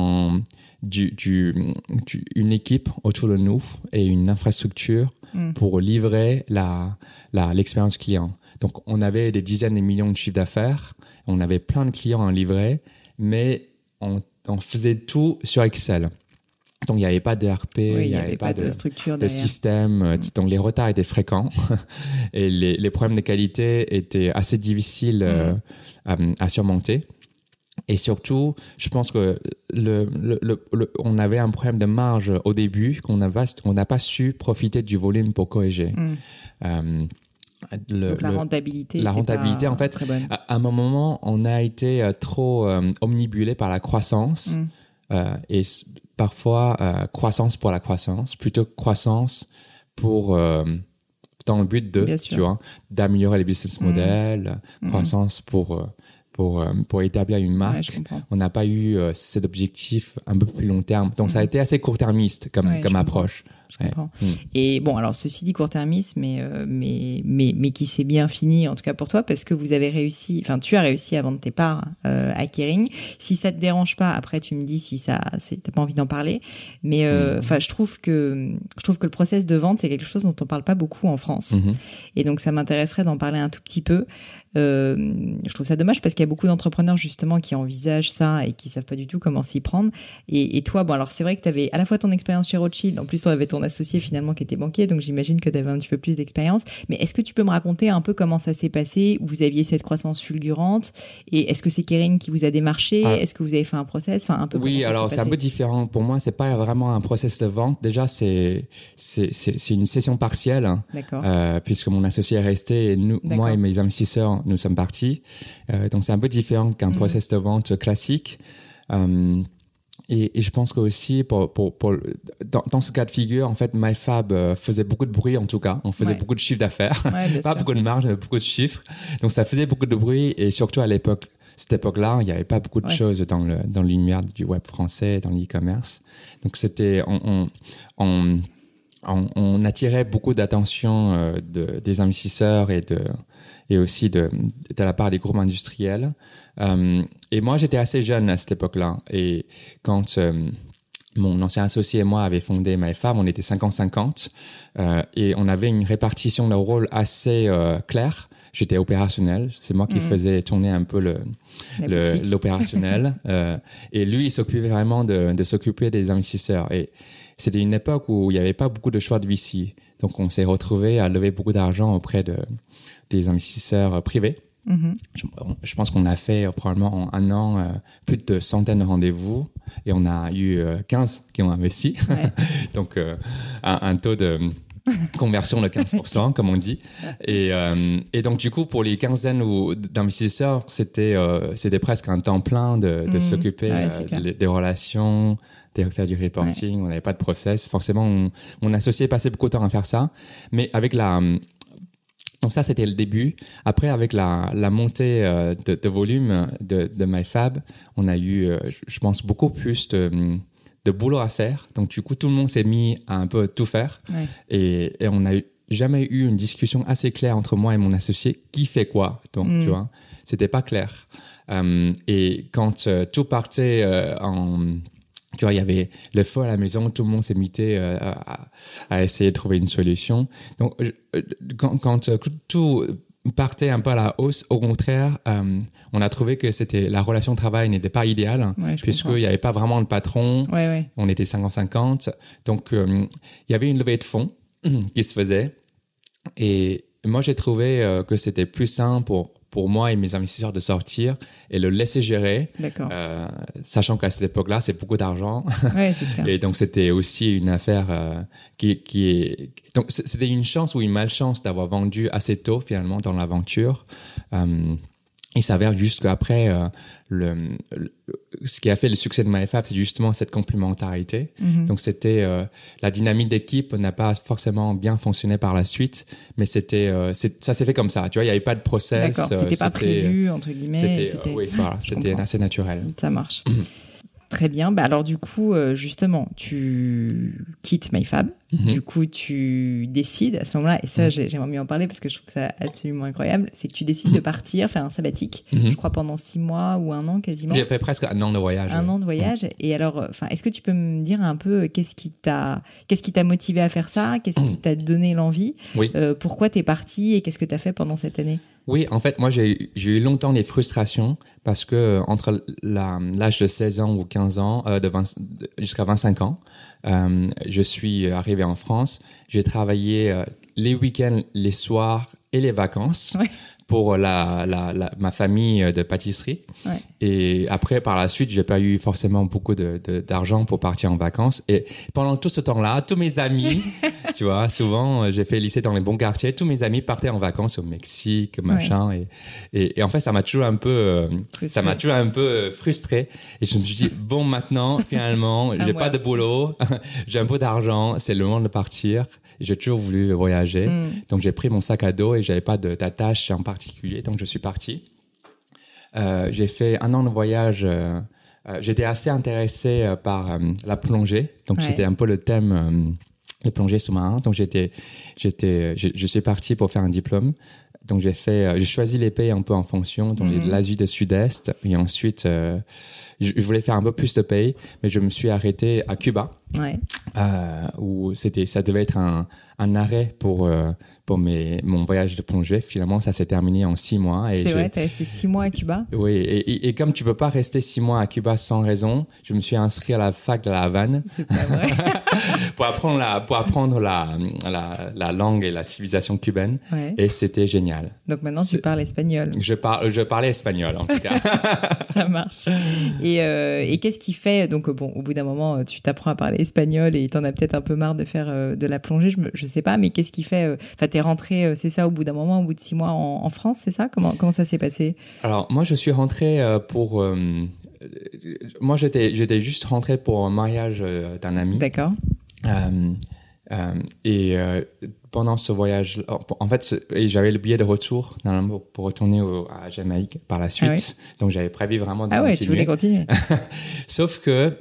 une équipe autour de nous et une infrastructure pour livrer l'expérience client. Donc, on avait des dizaines de millions de chiffres d'affaires, on avait plein de clients à livrer, mais on faisait tout sur Excel. Donc, il n'y avait pas de RP, il n'y avait pas de structure de système. Donc, les retards étaient fréquents et les problèmes de qualité étaient assez difficiles à surmonter. Et surtout, je pense que on avait un problème de marge au début qu'on n'a pas su profiter du volume pour corriger. Donc la rentabilité. La rentabilité, en fait, très bonne. À un moment, on a été trop omnibulé par la croissance et parfois croissance pour la croissance, plutôt que croissance pour dans le but d'améliorer les business models, croissance pour établir une marque. Ouais, on n'a pas eu cet objectif un peu plus long terme. Donc, ça a été assez court-termiste comme approche. Je comprends. Et bon, alors, ceci dit court-termiste, mais qui s'est bien fini, en tout cas pour toi, parce que tu as réussi à vendre tes parts à Kering. Si ça te dérange pas, après, tu me dis si t'as pas envie d'en parler. Mais, je trouve que le process de vente, c'est quelque chose dont on parle pas beaucoup en France. Et donc, ça m'intéresserait d'en parler un tout petit peu. Je trouve ça dommage parce qu'il y a beaucoup d'entrepreneurs justement qui envisagent ça et qui savent pas du tout comment s'y prendre. Et toi, bon, alors c'est vrai que tu avais à la fois ton expérience chez Rothschild, en plus on avait ton associé finalement qui était banquier, donc j'imagine que tu avais un petit peu plus d'expérience. Mais est-ce que tu peux me raconter un peu comment ça s'est passé, où vous aviez cette croissance fulgurante, et est-ce que c'est Kering qui vous a démarché, est-ce que vous avez fait un process, enfin un peu. Oui, alors c'est un peu différent. Pour moi, c'est pas vraiment un process de vente. Déjà, c'est une session partielle, puisque mon associé est resté et moi et mes investisseurs nous sommes partis. Donc, c'est un peu différent qu'un process de vente classique. Et je pense que aussi, dans ce cas de figure, en fait, MyFab faisait beaucoup de bruit, en tout cas. On faisait beaucoup de chiffres d'affaires. Pas beaucoup de marge, mais beaucoup de chiffres. Donc, ça faisait beaucoup de bruit. Et surtout, cette époque-là, il n'y avait pas beaucoup de choses dans l'univers du web français, dans l'e-commerce. Donc, on attirait beaucoup d'attention des investisseurs et aussi de la part des groupes industriels. Et moi, j'étais assez jeune à cette époque-là. Et quand mon ancien associé et moi avaient fondé MyFab, on était 50-50 et on avait une répartition de rôle assez claire. J'étais opérationnel, c'est moi qui faisais tourner un peu l'opérationnel. Et lui, il s'occupait vraiment de s'occuper des investisseurs. c'était une époque où il n'y avait pas beaucoup de choix de VC. Donc, on s'est retrouvé à lever beaucoup d'argent auprès des investisseurs privés. Je pense qu'on a fait probablement en un an plus de centaines de rendez-vous et on a eu 15 qui ont investi. Ouais. Donc, un taux de conversion de 15%, comme on dit. Et donc, du coup, pour les quinzaines d'investisseurs, c'était presque un temps plein de s'occuper des relations, de faire du reporting. On n'avait pas de process. Forcément, mon associé passait beaucoup de temps à faire ça. Mais avec donc ça, c'était le début. Après, avec la montée de volume de MyFab, on a eu, je pense, beaucoup plus de boulot à faire. Donc, du coup, tout le monde s'est mis à un peu tout faire. Ouais. Et on n'a jamais eu une discussion assez claire entre moi et mon associé. Qui fait quoi? Donc, tu vois, c'était pas clair. Et quand tout partait tu vois, il y avait le feu à la maison, tout le monde s'est mis à essayer de trouver une solution. Donc, quand tout partait un peu à la hausse, au contraire, on a trouvé que la relation de travail n'était pas idéale, puisqu'il n'y avait pas vraiment de patron. Ouais, ouais. On était 50-50. Donc, il y avait une levée de fonds qui se faisait. Et moi, j'ai trouvé que c'était plus simple pour moi et mes investisseurs de sortir et le laisser gérer. D'accord. Sachant qu'à cette époque-là, c'est beaucoup d'argent. Ouais, c'est clair. Et donc, c'était aussi une affaire donc, c'était une chance ou une malchance d'avoir vendu assez tôt, finalement, dans l'aventure. Il s'avère juste qu'après, ce qui a fait le succès de MyFab, c'est justement cette complémentarité. Donc, c'était la dynamique d'équipe n'a pas forcément bien fonctionné par la suite, mais ça s'est fait comme ça. Tu vois, il n'y avait pas de process. D'accord, c'était pas prévu, entre guillemets. Oui, voilà, c'était assez naturel. Ça marche. Très bien. Bah alors du coup, justement, tu quittes MyFab. Du coup, tu décides à ce moment-là, et ça, j'aimerais mieux en parler parce que je trouve que c'est absolument incroyable, c'est que tu décides de partir, faire un sabbatique, je crois pendant 6 mois ou 1 an quasiment. J'ai fait presque un an de voyage. Un an de voyage. Et alors, est-ce que tu peux me dire un peu qu'est-ce qui t'a motivé à faire ça? Qu'est-ce qui t'a donné l'envie? Oui. Pourquoi t'es parti et qu'est-ce que t'as fait pendant cette année? Oui, en fait, moi, j'ai eu longtemps des frustrations parce que entre l'âge de 16 ans ou 15 ans, jusqu'à 25 ans, je suis arrivé en France. J'ai travaillé les week-ends, les soirs et les vacances pour ma famille de pâtisserie. Ouais. Et après, par la suite, j'ai pas eu forcément beaucoup d'argent pour partir en vacances. Et pendant tout ce temps-là, tous mes amis, tu vois, souvent, j'ai fait lycée dans les bons quartiers, tous mes amis partaient en vacances au Mexique, machin. Ouais. Et en fait, ça m'a toujours un peu frustré. Et je me suis dit, bon, maintenant, finalement, j'ai pas de boulot, j'ai un peu d'argent, c'est le moment de partir. J'ai toujours voulu voyager. Donc, j'ai pris mon sac à dos et j'avais pas d'attache en particulier. Donc, je suis parti. J'ai fait 1 an de voyage. J'étais assez intéressé par la plongée. Donc, c'était un peu le thème des plongées sous-marins. Donc, je suis parti pour faire un diplôme. Donc, j'ai choisi les pays un peu en fonction. Donc, l'Asie du Sud-Est. Et ensuite, je voulais faire un peu plus de pays, mais je me suis arrêté à Cuba. Ouais. Où ça devait être un arrêt pour mon voyage de plongée. Finalement, ça s'est terminé en 6 mois. C'est vrai, t'as resté 6 mois à Cuba? Oui, et comme tu peux pas rester 6 mois à Cuba sans raison, je me suis inscrit à la fac de La Havane. C'est pas vrai. pour apprendre la langue et la civilisation cubaine. Ouais. Et c'était génial. Donc maintenant, tu parles espagnol. Je parlais espagnol, en tout cas. Ça marche. Et qu'est-ce qui fait, donc bon, au bout d'un moment, tu t'apprends à parler espagnol et t'en as peut-être un peu marre de faire de la plongée, je sais pas, mais qu'est-ce qui fait, t'es rentré, c'est ça, au bout d'un moment, au bout de 6 mois en France, c'est ça? Comment ça s'est passé? Alors, moi, je suis rentré moi, j'étais juste rentré pour un mariage d'un ami. D'accord. Pendant ce voyage, en fait, j'avais le billet de retour pour retourner à Jamaïque par la suite. Ah oui. Donc, j'avais prévu vraiment de continuer. Ah ouais, tu voulais continuer. Sauf que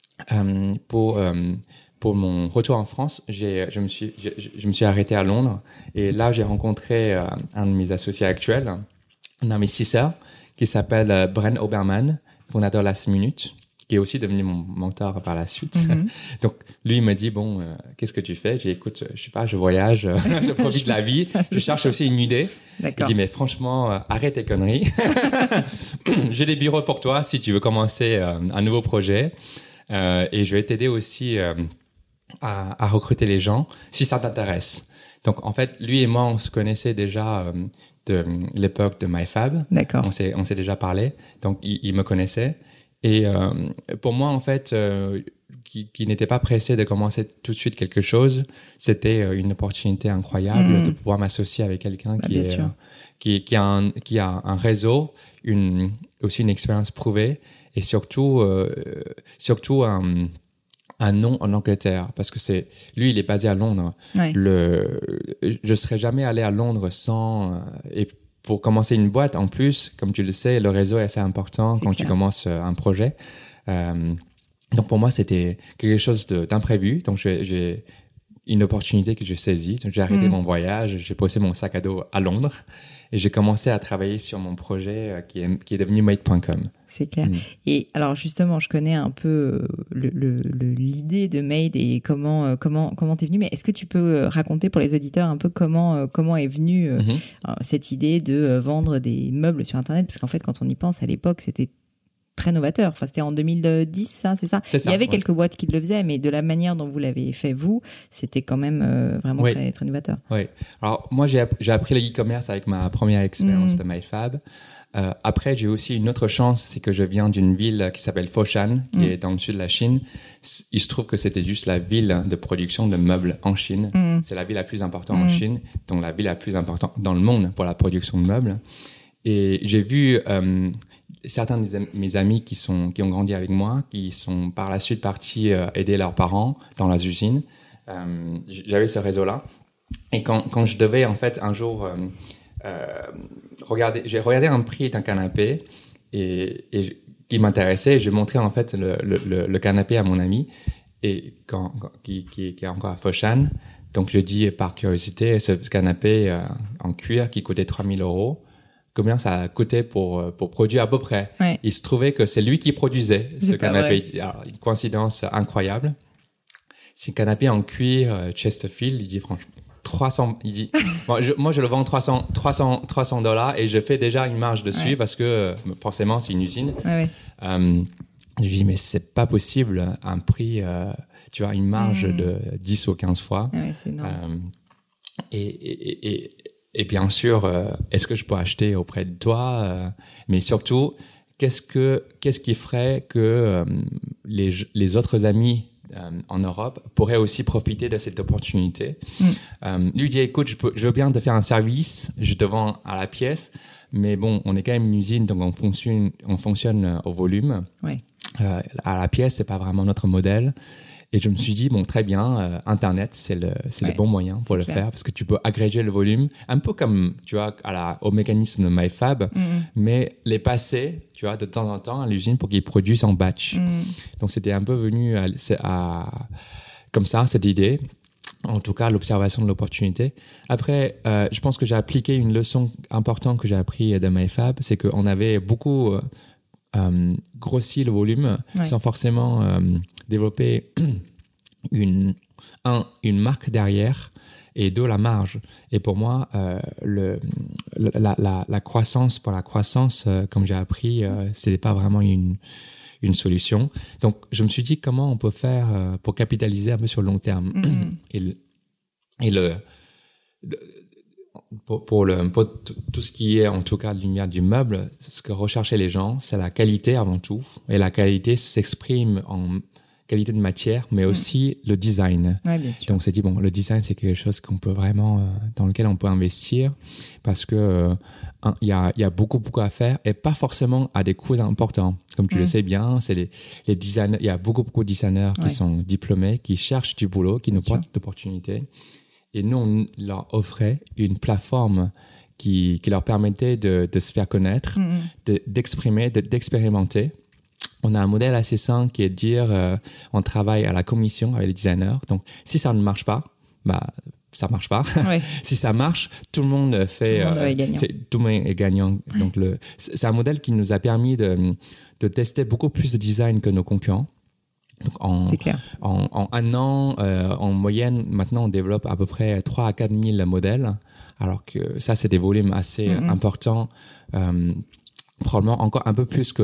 pour mon retour en France, je me suis arrêté à Londres et là, j'ai rencontré un de mes associés actuels, un investisseur qui s'appelle Brent Oberman, fondateur de Last Minute, qui est aussi devenu mon mentor par la suite. Donc, lui, il me dit, bon, qu'est-ce que tu fais? J'ai dit, écoute, je sais pas, je voyage, je profite de la vie, je cherche aussi une idée. D'accord. Il dit, mais franchement, arrête tes conneries. J'ai des bureaux pour toi si tu veux commencer un nouveau projet. Et je vais t'aider aussi à recruter les gens si ça t'intéresse. Donc en fait, lui et moi, on se connaissait déjà de l'époque de MyFab. D'accord. On s'est déjà parlé, donc il me connaissait. Et pour moi, en fait, qui n'était pas pressé de commencer tout de suite quelque chose, c'était une opportunité incroyable de pouvoir m'associer avec quelqu'un qui a un réseau, aussi une expérience prouvée, et surtout un nom en Angleterre, parce que lui, il est basé à Londres. Ouais. Je serais jamais allé à Londres sans, et pour commencer une boîte, en plus, comme tu le sais, le réseau est assez important quand tu commences un projet. Donc pour moi, c'était quelque chose d'imprévu. Donc j'ai une opportunité que j'ai saisie. Donc j'ai arrêté mon voyage, j'ai posé mon sac à dos à Londres et j'ai commencé à travailler sur mon projet qui est devenu Made.com. C'est clair. Et alors justement, je connais un peu l'idée de Made et comment t'es venu. Mais est-ce que tu peux raconter pour les auditeurs un peu comment est venue cette idée de vendre des meubles sur Internet? Parce qu'en fait, quand on y pense, à l'époque, c'était très novateur. Enfin, c'était en 2010, ça, c'est ça. C'est ça. Il y avait quelques boîtes qui le faisaient, mais de la manière dont vous l'avez fait vous, c'était quand même vraiment très, très novateur. Oui. Alors moi, j'ai appris le e-commerce avec ma première expérience de MyFab. Après, j'ai aussi une autre chance, c'est que je viens d'une ville qui s'appelle Foshan, qui est dans le sud de la Chine. Il se trouve que c'était juste la ville de production de meubles en Chine. C'est la ville la plus importante en Chine, donc la ville la plus importante dans le monde pour la production de meubles. Et j'ai vu certains de mes amis qui ont grandi avec moi, qui sont par la suite partis aider leurs parents dans leurs usines. J'avais ce réseau-là. Et quand je devais, en fait, un jour j'ai regardé un prix d'un canapé et qui m'intéressait. J'ai montré, en fait, le canapé à mon ami et qui est encore à Foshan. Donc, je dis par curiosité, ce canapé en cuir qui coûtait 3 000 €. Combien ça a coûté pour produire à peu près. Ouais. Il se trouvait que c'est lui qui produisait ce canapé. Alors, une coïncidence incroyable. C'est un canapé en cuir Chesterfield. Il dit franchement 300. Il dit moi je le vends 300 $ et je fais déjà une marge dessus parce que forcément c'est une usine. Je lui dis mais c'est pas possible un prix tu vois une marge de 10 ou 15 fois. C'est énorme. Et bien sûr, est-ce que je peux acheter auprès de toi mais surtout, qu'est-ce qui ferait que les autres amis en Europe pourraient aussi profiter de cette opportunité? Lui dit, écoute, je veux bien te faire un service, je te vends à la pièce, mais bon, on est quand même une usine, donc on fonctionne au volume. Ouais. À la pièce, c'est pas vraiment notre modèle. Et je me suis dit, bon, très bien, Internet, c'est le bon moyen pour le faire parce que tu peux agréger le volume, un peu comme, tu vois, au mécanisme de MyFab, mais les passer, tu vois, de temps en temps à l'usine pour qu'ils produisent en batch. Donc, c'était un peu venu comme ça, cette idée. En tout cas, l'observation de l'opportunité. Après, je pense que j'ai appliqué une leçon importante que j'ai appris de MyFab, c'est qu'on avait beaucoup grossi le volume sans forcément développer une marque derrière et deux, la marge. Et pour moi, la croissance pour la croissance, comme j'ai appris, c'était pas vraiment une solution. Donc, je me suis dit comment on peut faire pour capitaliser un peu sur le long terme. Pour tout ce qui est en tout cas de lumière du meuble, ce que recherchaient les gens, c'est la qualité avant tout. Et la qualité s'exprime en qualité de matière, mais aussi le design. Ouais, bien sûr. Donc, c'est dit, bon, le design, c'est quelque chose qu'on peut vraiment, dans lequel on peut investir parce que il y a beaucoup à faire et pas forcément à des coûts importants. Comme tu le sais bien, c'est les designers, il y a beaucoup de designers qui sont diplômés, qui cherchent du boulot, qui nous portent d'opportunités. Et nous, on leur offrait une plateforme qui leur permettait de se faire connaître, d'exprimer, d'expérimenter. On a un modèle assez simple qui est de dire on travaille à la commission avec les designers. Donc, si ça ne marche pas, ça marche pas. Ouais. Si ça marche, tout le monde tout le monde est gagnant. Ouais. Donc, c'est un modèle qui nous a permis de tester beaucoup plus de design que nos concurrents. Donc c'est clair. En un an, en moyenne, maintenant, on développe à peu près 3 à 4 000 modèles, alors que ça, c'est des volumes assez importants, probablement encore un peu plus que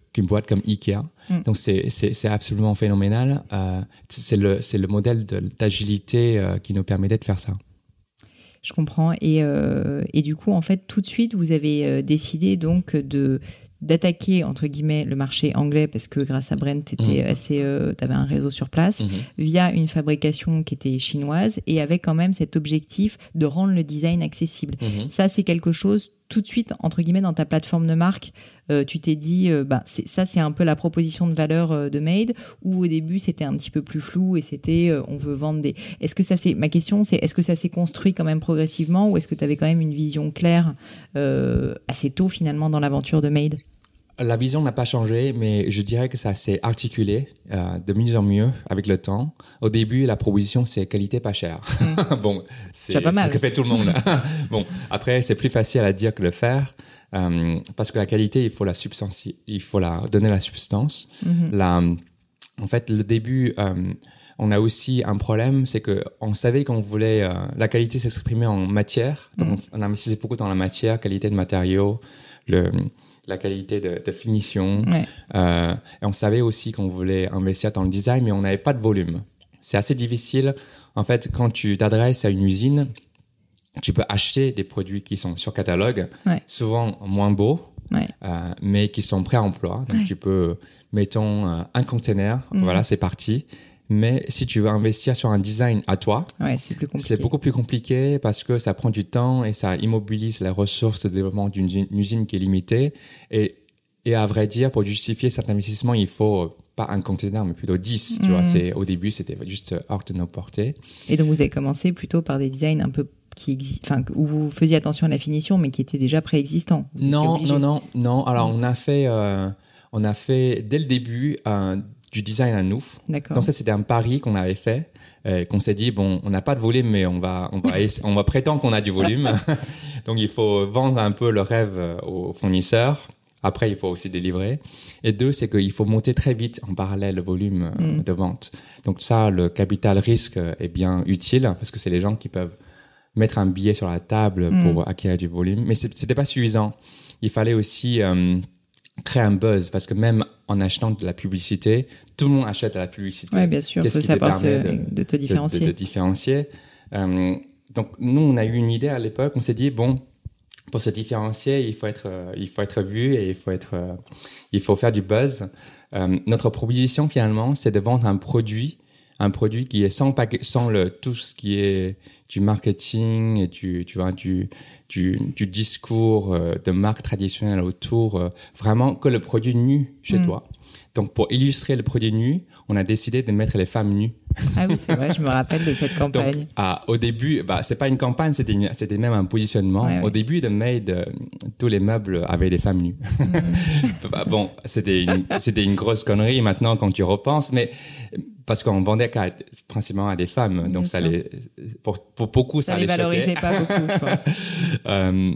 qu'une boîte comme Ikea. Donc c'est absolument phénoménal. C'est le modèle d'agilité qui nous permet de faire ça. Je comprends. Et du coup, en fait, tout de suite, vous avez décidé donc d'attaquer, entre guillemets, le marché anglais parce que grâce à Brent, t'avais un réseau sur place via une fabrication qui était chinoise et avec quand même cet objectif de rendre le design accessible. Ça, c'est quelque chose tout de suite, entre guillemets, dans ta plateforme de marque, tu t'es dit, c'est un peu la proposition de valeur de Made, ou au début, c'était un petit peu plus flou et c'était, on veut vendre des... Ma question, c'est, est-ce que ça s'est construit quand même progressivement ou est-ce que tu avais quand même une vision claire assez tôt, finalement, dans l'aventure de Made ? La vision n'a pas changé, mais je dirais que ça s'est articulé de mieux en mieux avec le temps. Au début, la proposition, c'est qualité pas chère. Bon, c'est pas mal. Ce que fait tout le monde. Bon, après, c'est plus facile à dire que le faire, parce que la qualité, il faut la donner la substance. En fait, le début, on a aussi un problème, c'est que on savait qu'on voulait la qualité s'exprimer en matière. Donc, on investissait beaucoup dans la matière, qualité de matériaux, la qualité de finition. Et on savait aussi qu'on voulait investir dans le design, mais on n'avait pas de volume. C'est assez difficile. En fait, quand tu t'adresses à une usine, tu peux acheter des produits qui sont sur catalogue, souvent moins beaux, mais qui sont prêts à emploi. Donc, tu peux, mettons, un container, voilà, c'est parti. Mais si tu veux investir sur un design à toi, c'est plus compliqué. C'est beaucoup plus compliqué parce que ça prend du temps et ça immobilise les ressources de développement d'une usine qui est limitée. Et à vrai dire, pour justifier cet investissement, il faut pas un container, mais plutôt 10. Tu vois, au début, c'était juste hors de nos portées. Et donc, vous avez commencé plutôt par des designs un peu où vous faisiez attention à la finition, mais qui étaient déjà préexistants. Non. Alors, on a fait dès le début du design à nous. D'accord. Donc ça, c'était un pari qu'on avait fait, qu'on s'est dit, bon, on n'a pas de volume, mais on va prétendre qu'on a du volume. Donc, il faut vendre un peu le rêve aux fournisseurs. Après, il faut aussi délivrer. Et deux, c'est qu'il faut monter très vite en parallèle le volume de vente. Donc ça, le capital risque est bien utile parce que c'est les gens qui peuvent mettre un billet sur la table pour acquérir du volume. Mais c'était pas suffisant. Il fallait aussi créer un buzz parce que même en achetant de la publicité, tout le monde achète à la publicité. Oui, bien sûr, il faut savoir de te différencier. De différencier. Donc, nous, on a eu une idée à l'époque. On s'est dit, bon, pour se différencier, il faut être vu et il faut faire du buzz. Notre proposition, finalement, c'est de vendre un produit qui est sans tout ce qui est du marketing et du discours de marque traditionnelle autour, vraiment que le produit nu chez toi. Donc, pour illustrer le produit nu, on a décidé de mettre les femmes nues. Ah oui, c'est vrai, je me rappelle de cette campagne. Donc, au début, c'est pas une campagne, c'était même un positionnement. Ouais. Au début de Made, tous les meubles avaient des femmes nues. Bon, c'était une grosse connerie maintenant quand tu repenses, mais parce qu'on vendait principalement à des femmes, donc ça pour beaucoup ça les valorisait pas beaucoup, je pense.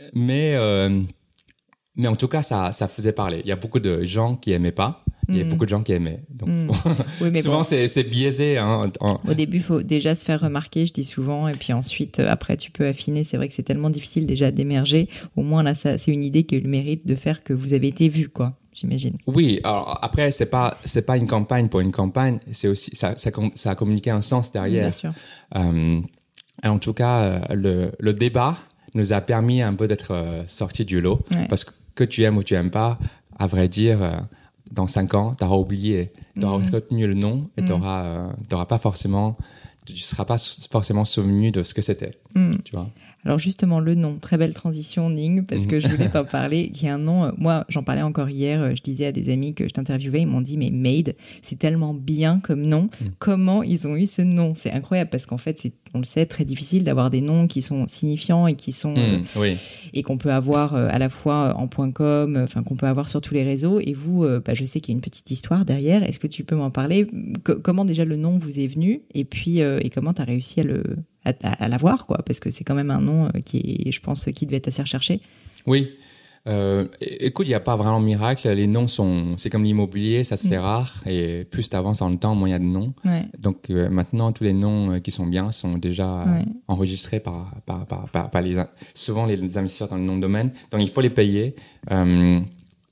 Mais en tout cas, ça faisait parler. Il y a beaucoup de gens qui aimaient pas. Il y a beaucoup de gens qui aimaient. Donc, oui, mais souvent, c'est biaisé. Au début, il faut déjà se faire remarquer, je dis souvent. Et puis ensuite, après, tu peux affiner. C'est vrai que c'est tellement difficile déjà d'émerger. Au moins, là, c'est une idée qui a eu le mérite de faire que vous avez été vu, quoi. J'imagine. Oui. Alors après, c'est pas une campagne pour une campagne. C'est aussi, ça a communiqué un sens derrière. Bien sûr. En tout cas, le débat nous a permis un peu d'être sortis du lot. Ouais. Parce que tu aimes ou tu aimes pas, à vrai dire, dans 5 ans, tu auras oublié, tu auras retenu le nom et tu seras pas forcément souvenu de ce que c'était. Tu vois. Alors justement, le nom, très belle transition, Ning, parce que je voulais t'en parler. Il y a un nom, moi j'en parlais encore hier, je disais à des amis que je t'interviewais, ils m'ont dit mais Made, c'est tellement bien comme nom, comment ils ont eu ce nom? C'est incroyable parce qu'en fait, on le sait, très difficile d'avoir des noms qui sont signifiants et qui sont et qu'on peut avoir à la fois en .com, enfin qu'on peut avoir sur tous les réseaux. Et vous, je sais qu'il y a une petite histoire derrière. Est-ce que tu peux m'en parler? Comment déjà le nom vous est venu et puis et comment t'as réussi à l'avoir, quoi, parce que c'est quand même un nom qui je pense, qui devait être assez recherché. Oui. Écoute, il n'y a pas vraiment de miracle. Les noms c'est comme l'immobilier, ça se fait rare. Et plus tu avances dans le temps, moins il y a de noms. Ouais. Donc, maintenant, tous les noms qui sont bien sont déjà enregistrés par souvent les investisseurs dans le nom de domaine. Donc, il faut les payer.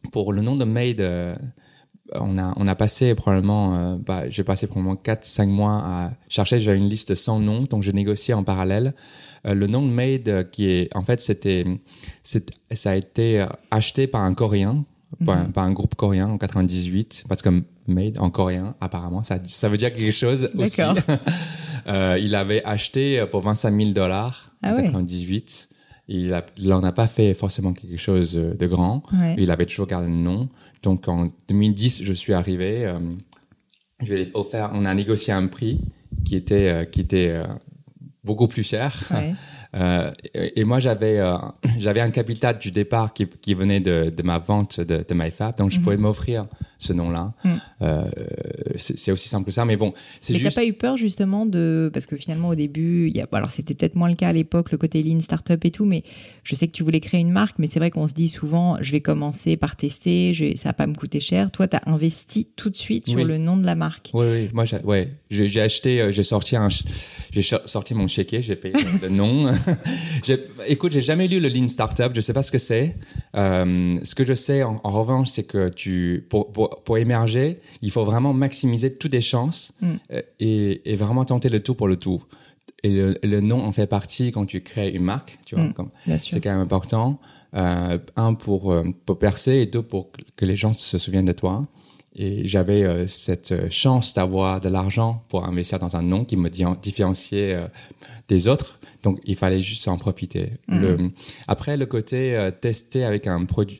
pour le nom de Made, on a passé probablement, j'ai passé probablement 4-5 mois à chercher. J'avais une liste de 100 noms, donc j'ai négocié en parallèle. Le nom de Made, qui est, en fait, ça a été acheté par un Coréen, par un groupe coréen en 98, parce que Made en coréen, apparemment, ça veut dire quelque chose aussi. Il avait acheté pour $25,000 en 98. Il en a pas fait forcément quelque chose de grand. Ouais. Il avait toujours gardé le nom. Donc en 2010, je suis arrivé. On a négocié un prix qui était beaucoup plus cher. Ouais. Et moi, j'avais un capital du départ qui venait de ma vente de MyFab, donc je pouvais m'offrir ce nom-là. C'est aussi simple que ça, mais bon, mais t'as pas eu peur justement parce que finalement au début, alors c'était peut-être moins le cas à l'époque, le côté lean startup et tout, mais je sais que tu voulais créer une marque, mais c'est vrai qu'on se dit souvent, je vais commencer par tester, ça va pas me coûter cher. Toi, t'as investi tout de suite sur le nom de la marque. Oui. Moi, j'ai acheté, j'ai sorti mon chéquier, j'ai payé le nom. Écoute, j'ai jamais lu le Lean Startup, je sais pas ce que c'est. Ce que je sais en revanche, c'est que pour émerger, il faut vraiment maximiser toutes les chances et vraiment tenter le tout pour le tout. Et le nom en fait partie quand tu crées une marque, tu vois. C'est quand même important. Un pour percer et deux pour que les gens se souviennent de toi. Et j'avais cette chance d'avoir de l'argent pour investir dans un nom qui me différenciait des autres. Donc, il fallait juste en profiter. Après, le côté tester avec un produit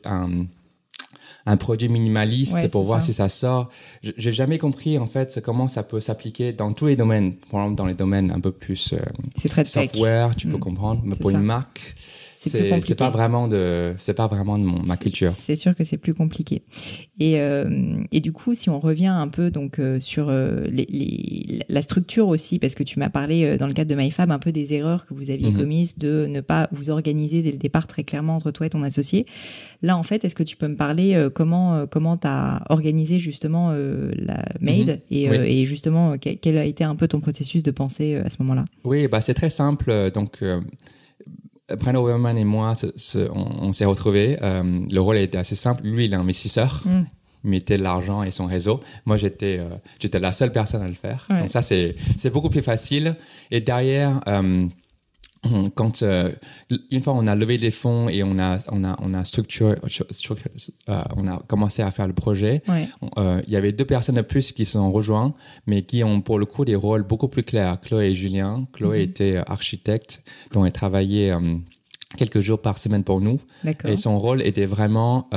minimaliste pour voir si ça sort. J'ai jamais compris, en fait, comment ça peut s'appliquer dans tous les domaines. Par exemple, dans les domaines un peu plus software, tu peux comprendre. Mais pour une marque, c'est pas vraiment de ma culture. C'est sûr que c'est plus compliqué. Et du coup, si on revient un peu donc sur la structure aussi, parce que tu m'as parlé dans le cadre de MyFab un peu des erreurs que vous aviez commises de ne pas vous organiser dès le départ très clairement entre toi et ton associé. Là, en fait, est-ce que tu peux me parler comment t'as organisé justement la Made et justement quel a été un peu ton processus de pensée à ce moment-là? Oui, c'est très simple. Donc Brent Overman et moi, on s'est retrouvés. Le rôle était assez simple. Lui, il est investisseur. Il mettait de l'argent et son réseau. Moi, j'étais la seule personne à le faire. Ouais. Donc ça, c'est beaucoup plus facile. Et derrière, quand une fois on a levé des fonds et on a structuré, on a commencé à faire le projet. Il y avait 2 personnes de plus qui se sont rejoints, mais qui ont pour le coup des rôles beaucoup plus clairs. Chloé et Julien. Chloé était architecte, donc elle travaillait quelques jours par semaine pour nous. D'accord. Et son rôle était vraiment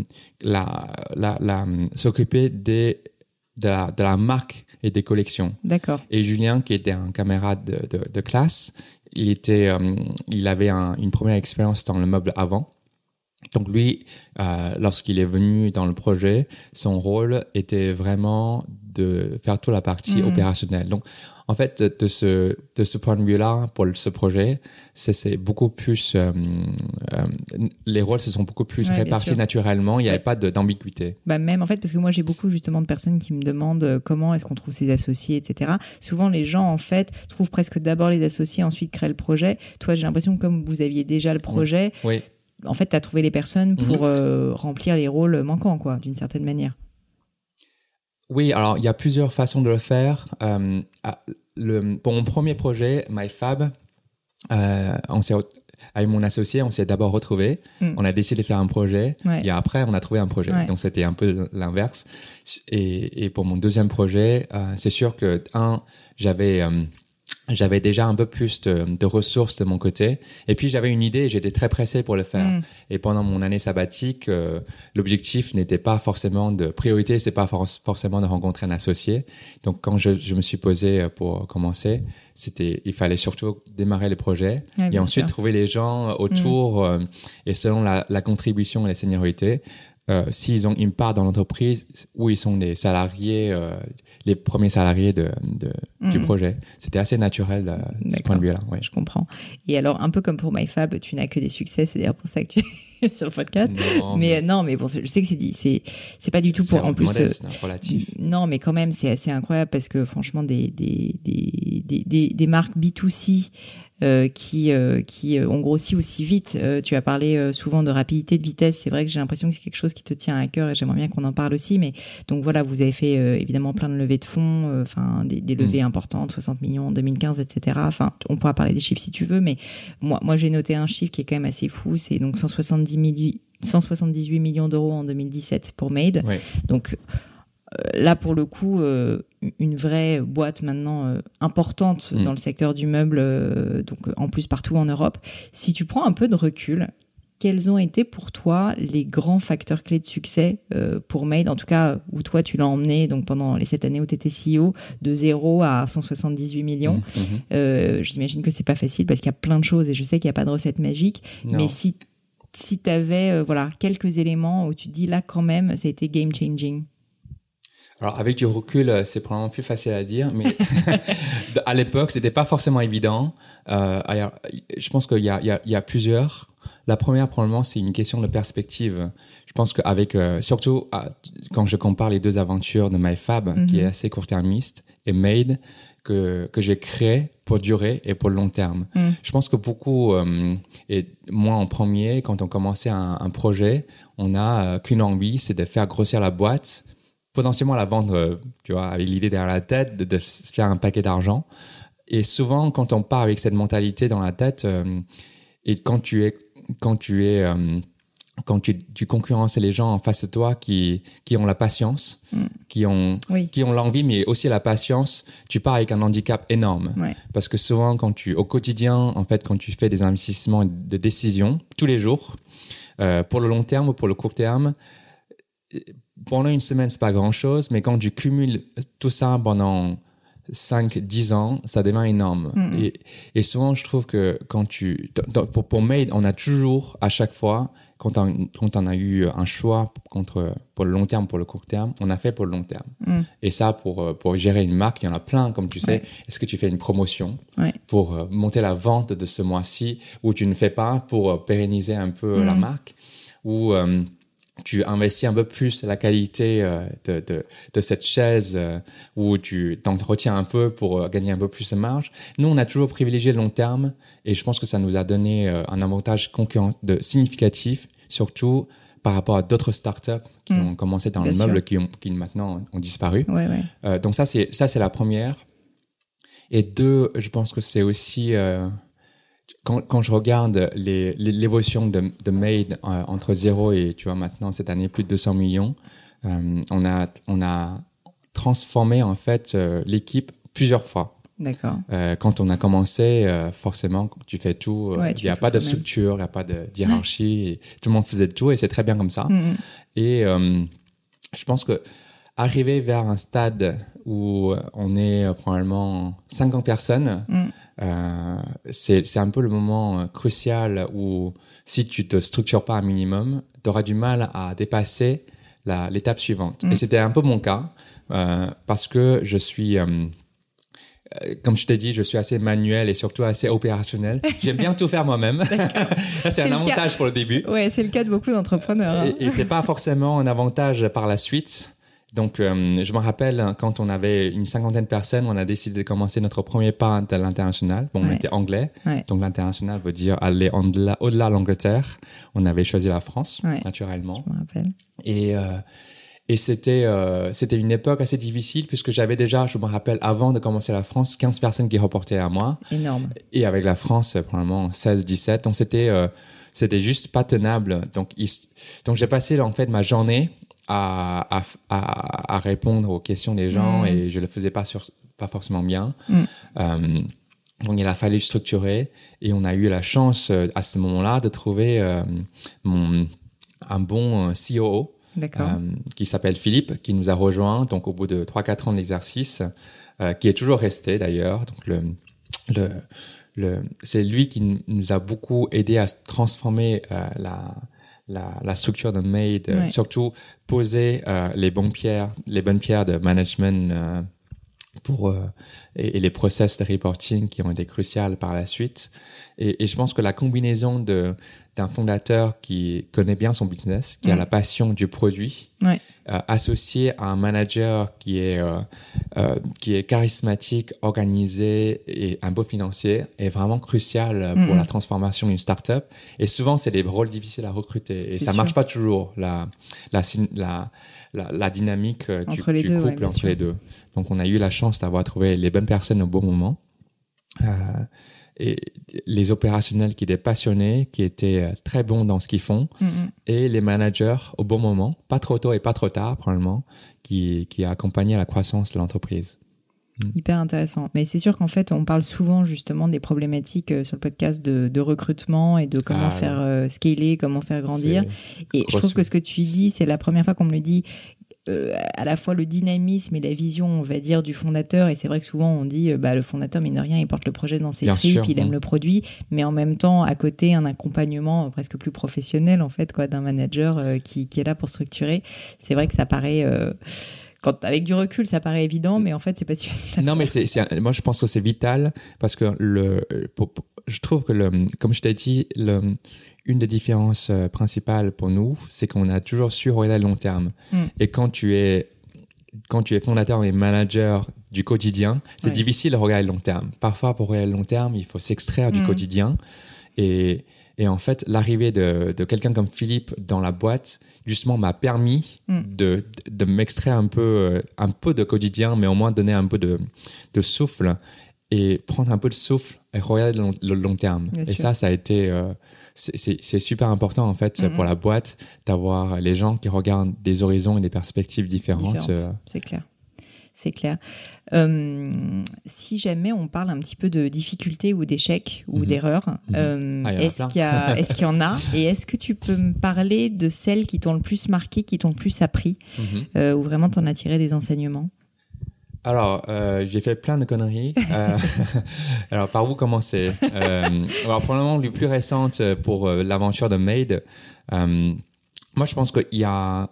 s'occuper de la marque et des collections. D'accord. Et Julien, qui était un camarade de classe, il avait une première expérience dans le meuble avant. Donc lui, lorsqu'il est venu dans le projet, son rôle était vraiment de faire toute la partie opérationnelle. Donc, en fait, de ce point de vue-là, pour ce projet, c'est beaucoup plus, les rôles se sont beaucoup plus répartis naturellement. Il n'y avait pas d'ambiguïté. Même en fait, parce que moi, j'ai beaucoup justement de personnes qui me demandent comment est-ce qu'on trouve ses associés, etc. Souvent, les gens, en fait, trouvent presque d'abord les associés, ensuite créent le projet. Toi, j'ai l'impression que comme vous aviez déjà le projet, en fait, tu as trouvé les personnes pour remplir les rôles manquants, quoi, d'une certaine manière. Oui, alors il y a plusieurs façons de le faire. Pour mon premier projet, MyFab, avec mon associé, on s'est d'abord retrouvés. On a décidé de faire un projet et après, on a trouvé un projet. Donc, c'était un peu l'inverse. Et pour mon deuxième projet, c'est sûr que, j'avais déjà un peu plus de ressources de mon côté. Et puis, j'avais une idée et j'étais très pressé pour le faire. Et pendant mon année sabbatique, l'objectif n'était pas forcément priorité, c'est pas forcément de rencontrer un associé. Donc, quand je me suis posé pour commencer, il fallait surtout démarrer le projet et ensuite trouver les gens autour et selon la contribution et la seniorité. S'ils ont une part dans l'entreprise où ils sont des salariés, les premiers salariés du projet. C'était assez naturel de ce point de vue-là. Ouais. Je comprends. Et alors, un peu comme pour MyFab, tu n'as que des succès, c'est d'ailleurs pour ça que tu es sur le podcast. Non, mais bon, je sais que c'est pas du tout pour en plus. C'est relatif. Non, mais quand même, c'est assez incroyable parce que franchement, des marques B2C qui ont grossi aussi vite. Tu as parlé souvent de rapidité, de vitesse. C'est vrai que j'ai l'impression que c'est quelque chose qui te tient à cœur et j'aimerais bien qu'on en parle aussi. Mais donc voilà, vous avez fait évidemment plein de levées de fonds, des levées importantes, 60 millions en 2015, etc. Enfin, on pourra parler des chiffres si tu veux, mais moi j'ai noté un chiffre qui est quand même assez fou. C'est donc 178 millions d'euros en 2017 pour Made. Oui. Donc là, pour le coup, une vraie boîte maintenant importante dans le secteur du meuble, donc en plus partout en Europe. Si tu prends un peu de recul, quels ont été pour toi les grands facteurs clés de succès pour Made, en tout cas où toi tu l'as emmené donc pendant les 7 années où tu étais CEO, de 0 à 178 millions. J'imagine que c'est pas facile parce qu'il y a plein de choses et je sais qu'il n'y a pas de recette magique. Non. Mais si tu avais quelques éléments où tu te dis là quand même ça a été game changing. Alors avec du recul, c'est probablement plus facile à dire, mais à l'époque, c'était pas forcément évident. Je pense qu'il y a plusieurs. La première, probablement, c'est une question de perspective. Je pense qu'avec, surtout quand je compare les deux aventures de MyFab, qui est assez court-termiste, et Made, que j'ai créé pour durer et pour le long terme. Je pense que beaucoup, et moi en premier, quand on commençait un projet, on n'a qu'une envie, c'est de faire grossir la boîte, potentiellement la vendre, tu vois, avec l'idée derrière la tête de se faire un paquet d'argent. Et souvent, quand on part avec cette mentalité dans la tête, et quand tu concurrences les gens en face de toi qui ont la patience, qui ont l'envie, mais aussi la patience, tu pars avec un handicap énorme. Ouais. Parce que souvent, au quotidien, en fait, quand tu fais des investissements de décision tous les jours, pour le long terme ou pour le court terme, pendant une semaine, c'est pas grand-chose, mais quand tu cumules tout ça pendant 5-10 ans, ça devient énorme. Et souvent, je trouve que pour Made, on a toujours, à chaque fois, quand on a eu un choix pour le long terme, pour le court terme, on a fait pour le long terme. Et ça, pour gérer une marque, il y en a plein, comme tu sais. Ouais. Est-ce que tu fais une promotion pour monter la vente de ce mois-ci, ou tu ne fais pas pour pérenniser un peu la marque, ou tu investis un peu plus la qualité de cette chaise, où tu t'en retiens un peu pour gagner un peu plus de marge. Nous, on a toujours privilégié le long terme et je pense que ça nous a donné un avantage significatif, surtout par rapport à d'autres startups qui ont commencé dans le meuble, qui maintenant ont disparu. Ouais. Donc ça, c'est la première. Et deux, je pense que c'est aussi... Quand je regarde l'évolution de Made entre 0 et, tu vois, maintenant, cette année, plus de 200 millions, on a transformé, en fait, l'équipe plusieurs fois. D'accord. Quand on a commencé, forcément, tu fais tout. Il n'y a pas de structure, il n'y a pas de hiérarchie. Et tout le monde faisait tout et c'est très bien comme ça. Et je pense que arriver vers un stade où on est probablement 50 personnes, c'est un peu le moment crucial où si tu te structures pas un minimum, tu auras du mal à dépasser l'étape suivante. Et c'était un peu mon cas, parce que je suis... comme je t'ai dit, je suis assez manuel et surtout assez opérationnel. J'aime bien tout faire moi-même. C'est un avantage pour le début. Ouais, c'est le cas de beaucoup d'entrepreneurs. Et c'est pas forcément un avantage par la suite. Donc, je me rappelle, quand on avait une 50aine de personnes, on a décidé de commencer notre premier pas de l'international. Bon, on était anglais. Ouais. Donc, l'international veut dire aller au-delà de l'Angleterre. On avait choisi la France, naturellement. Je me rappelle. Et c'était une époque assez difficile puisque j'avais déjà, je me rappelle, avant de commencer la France, 15 personnes qui reportaient à moi. Énorme. Et avec la France, probablement 16, 17. Donc, c'était juste pas tenable. Donc j'ai passé, en fait, ma journée à répondre aux questions des gens et je le faisais pas forcément bien. Donc il a fallu structurer et on a eu la chance à ce moment-là de trouver un bon COO qui s'appelle Philippe, qui nous a rejoint donc au bout de 3-4 ans de l'exercice, qui est toujours resté d'ailleurs. Donc c'est lui qui nous a beaucoup aidé à transformer la structure de Made, surtout poser les bonnes pierres de management et les process de reporting qui ont été cruciales par la suite. Et je pense que la combinaison d'un d'un fondateur qui connaît bien son business, qui a la passion du produit, associé à un manager qui est charismatique, organisé et un beau financier est vraiment crucial pour la transformation d'une startup. Et souvent, c'est des rôles difficiles à recruter. Et ça marche pas toujours, la dynamique entre du couple entre les deux. Donc, on a eu la chance d'avoir trouvé les bonnes personnes au bon moment. Et les opérationnels qui étaient passionnés, qui étaient très bons dans ce qu'ils font, et les managers au bon moment, pas trop tôt et pas trop tard probablement, qui a accompagné la croissance de l'entreprise. Hyper intéressant. Mais c'est sûr qu'en fait, on parle souvent justement des problématiques sur le podcast de recrutement et de comment faire scaler, comment faire grandir. Et je trouve que ce que tu dis, c'est la première fois qu'on me le dit, à la fois le dynamisme et la vision, on va dire, du fondateur. Et c'est vrai que souvent on dit le fondateur, mine de rien, il porte le projet dans ses tripes, il aime le produit, mais en même temps à côté un accompagnement presque plus professionnel en fait, quoi, d'un manager qui est là pour structurer. C'est vrai que ça paraît quand avec du recul ça paraît évident, mais en fait c'est pas si facile à faire. Mais moi je pense que c'est vital parce que je trouve que comme je t'ai dit, une des différences principales pour nous, c'est qu'on a toujours su regarder à long terme. Et quand tu es fondateur et manager du quotidien, c'est difficile de regarder à long terme. Parfois, pour regarder à long terme, il faut s'extraire du quotidien. Et en fait, l'arrivée de quelqu'un comme Philippe dans la boîte, justement, m'a permis de m'extraire un peu de quotidien, mais au moins donner un peu de souffle et prendre un peu de souffle et regarder le long terme. Bien et sûr. Ça a été... c'est super important en fait pour la boîte d'avoir les gens qui regardent des horizons et des perspectives différentes. C'est clair. C'est clair. Si jamais on parle un petit peu de difficultés ou d'échecs ou d'erreurs, est-ce qu'il y en a? Et est-ce que tu peux me parler de celles qui t'ont le plus marqué, qui t'ont le plus appris, ou vraiment t'en as tiré des enseignements? Alors, j'ai fait plein de conneries. Alors, par où commencer? Alors, probablement les plus récentes pour l'aventure de Made. Moi, je pense qu'il y a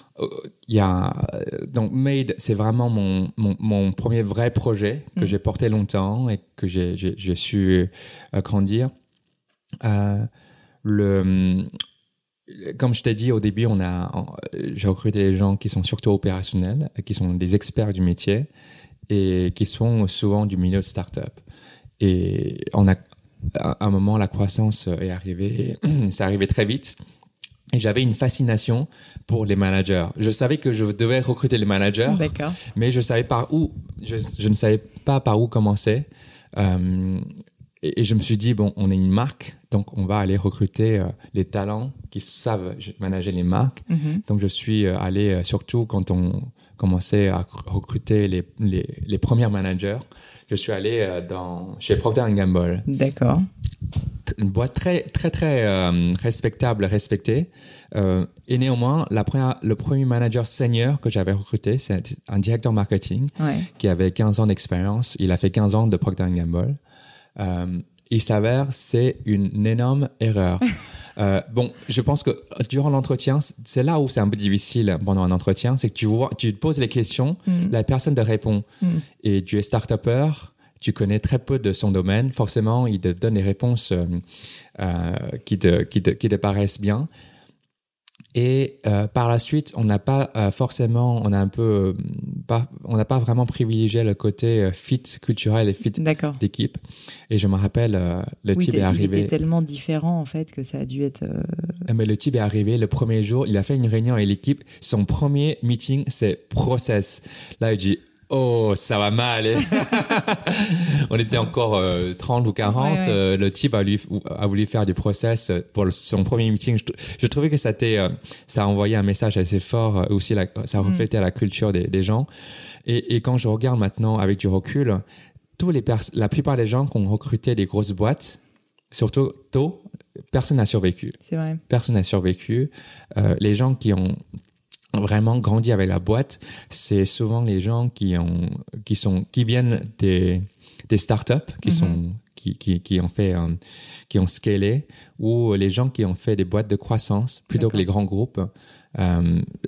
donc Made, c'est vraiment mon premier vrai projet que j'ai porté longtemps et que j'ai su grandir. Comme je t'ai dit au début, j'ai recruté des gens qui sont surtout opérationnels, qui sont des experts du métier et qui sont souvent du milieu de start-up. Et à un moment, la croissance est arrivée, c'est arrivé très vite. Et j'avais une fascination pour les managers. Je savais que je devais recruter les managers, mais je ne savais pas par où commencer. Et je me suis dit, bon, on est une marque, donc on va aller recruter les talents qui savent manager les marques. Donc je suis allé, surtout quand on commençait à recruter les premiers managers, je suis allé chez Procter & Gamble. D'accord. Une boîte très, très, très respectable, respectée. Et néanmoins, le premier manager senior que j'avais recruté, c'est un directeur marketing qui avait 15 ans d'expérience. Il a fait 15 ans de Procter & Gamble. Il s'avère c'est une énorme erreur. Bon, je pense que durant l'entretien, c'est là où c'est un peu difficile pendant un entretien, c'est que tu te poses les questions, la personne te répond. Et tu es start-upper, tu connais très peu de son domaine, forcément, il te donne des réponses qui te paraissent bien. Et par la suite, on n'a pas forcément, on n'a pas vraiment privilégié le côté fit culturel et fit d'équipe. Et je me rappelle, le type est arrivé. Il était tellement différent en fait que ça a dû être. Mais le type est arrivé le premier jour, il a fait une réunion avec l'équipe. Son premier meeting, c'est process. Là, il dit. Oh, ça va mal. On était encore 30 ou 40. Le type a voulu faire du process pour son premier meeting. Je trouvais que ça a envoyé un message assez fort. Aussi, ça reflétait la culture des gens. Et quand je regarde maintenant avec du recul, la plupart des gens qui ont recruté des grosses boîtes, surtout tôt, personne n'a survécu. C'est vrai. Personne n'a survécu. Les gens qui ont vraiment grandi avec la boîte, c'est souvent les gens qui viennent des startups, qui ont scalé, ou les gens qui ont fait des boîtes de croissance plutôt que les grands groupes.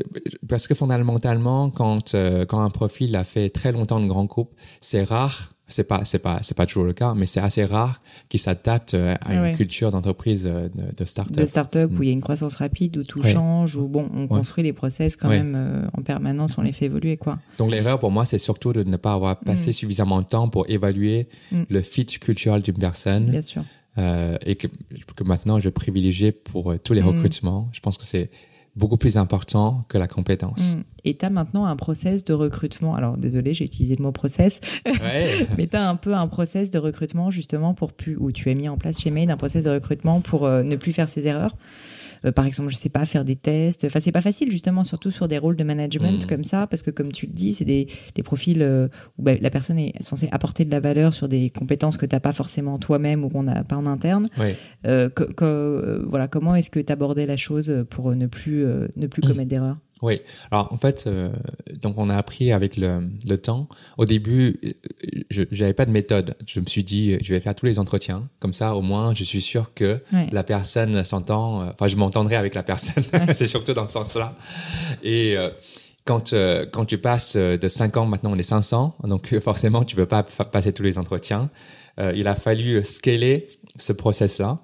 Parce que fondamentalement, quand un profil a fait très longtemps de grands groupes, c'est rare c'est pas toujours le cas, mais c'est assez rare qu'ils s'adaptent à une culture d'entreprise de start-up. De start-up où il y a une croissance rapide, où tout change, où on construit les process quand même en permanence, on les fait évoluer, quoi. Donc l'erreur pour moi, c'est surtout de ne pas avoir passé suffisamment de temps pour évaluer le fit culturel d'une personne. Bien sûr. Et que maintenant je privilégie pour tous les recrutements. Je pense que c'est beaucoup plus important que la compétence. Et tu as maintenant un process de recrutement. Alors, désolé, j'ai utilisé le mot process. Mais tu as un peu un process de recrutement, justement, où tu as mis en place chez Made un process de recrutement pour ne plus faire ces erreurs. Par exemple, je sais pas, faire des tests. Enfin, c'est pas facile, justement, surtout sur des rôles de management comme ça, parce que comme tu le dis, c'est des profils où la personne est censée apporter de la valeur sur des compétences que t'as pas forcément toi-même ou qu'on n'a pas en interne. Voilà, comment est-ce que tu abordais la chose pour ne plus commettre d'erreurs? Oui. Alors, en fait, donc on a appris avec le temps. Au début, j'avais pas de méthode. Je me suis dit, je vais faire tous les entretiens. Comme ça, au moins, je suis sûr que la personne s'entend. Enfin, je m'entendrai avec la personne. C'est surtout dans ce sens-là. Et quand tu passes de 5 ans, maintenant on est 500. Donc, forcément, tu peux pas passer tous les entretiens. Il a fallu scaler ce process-là.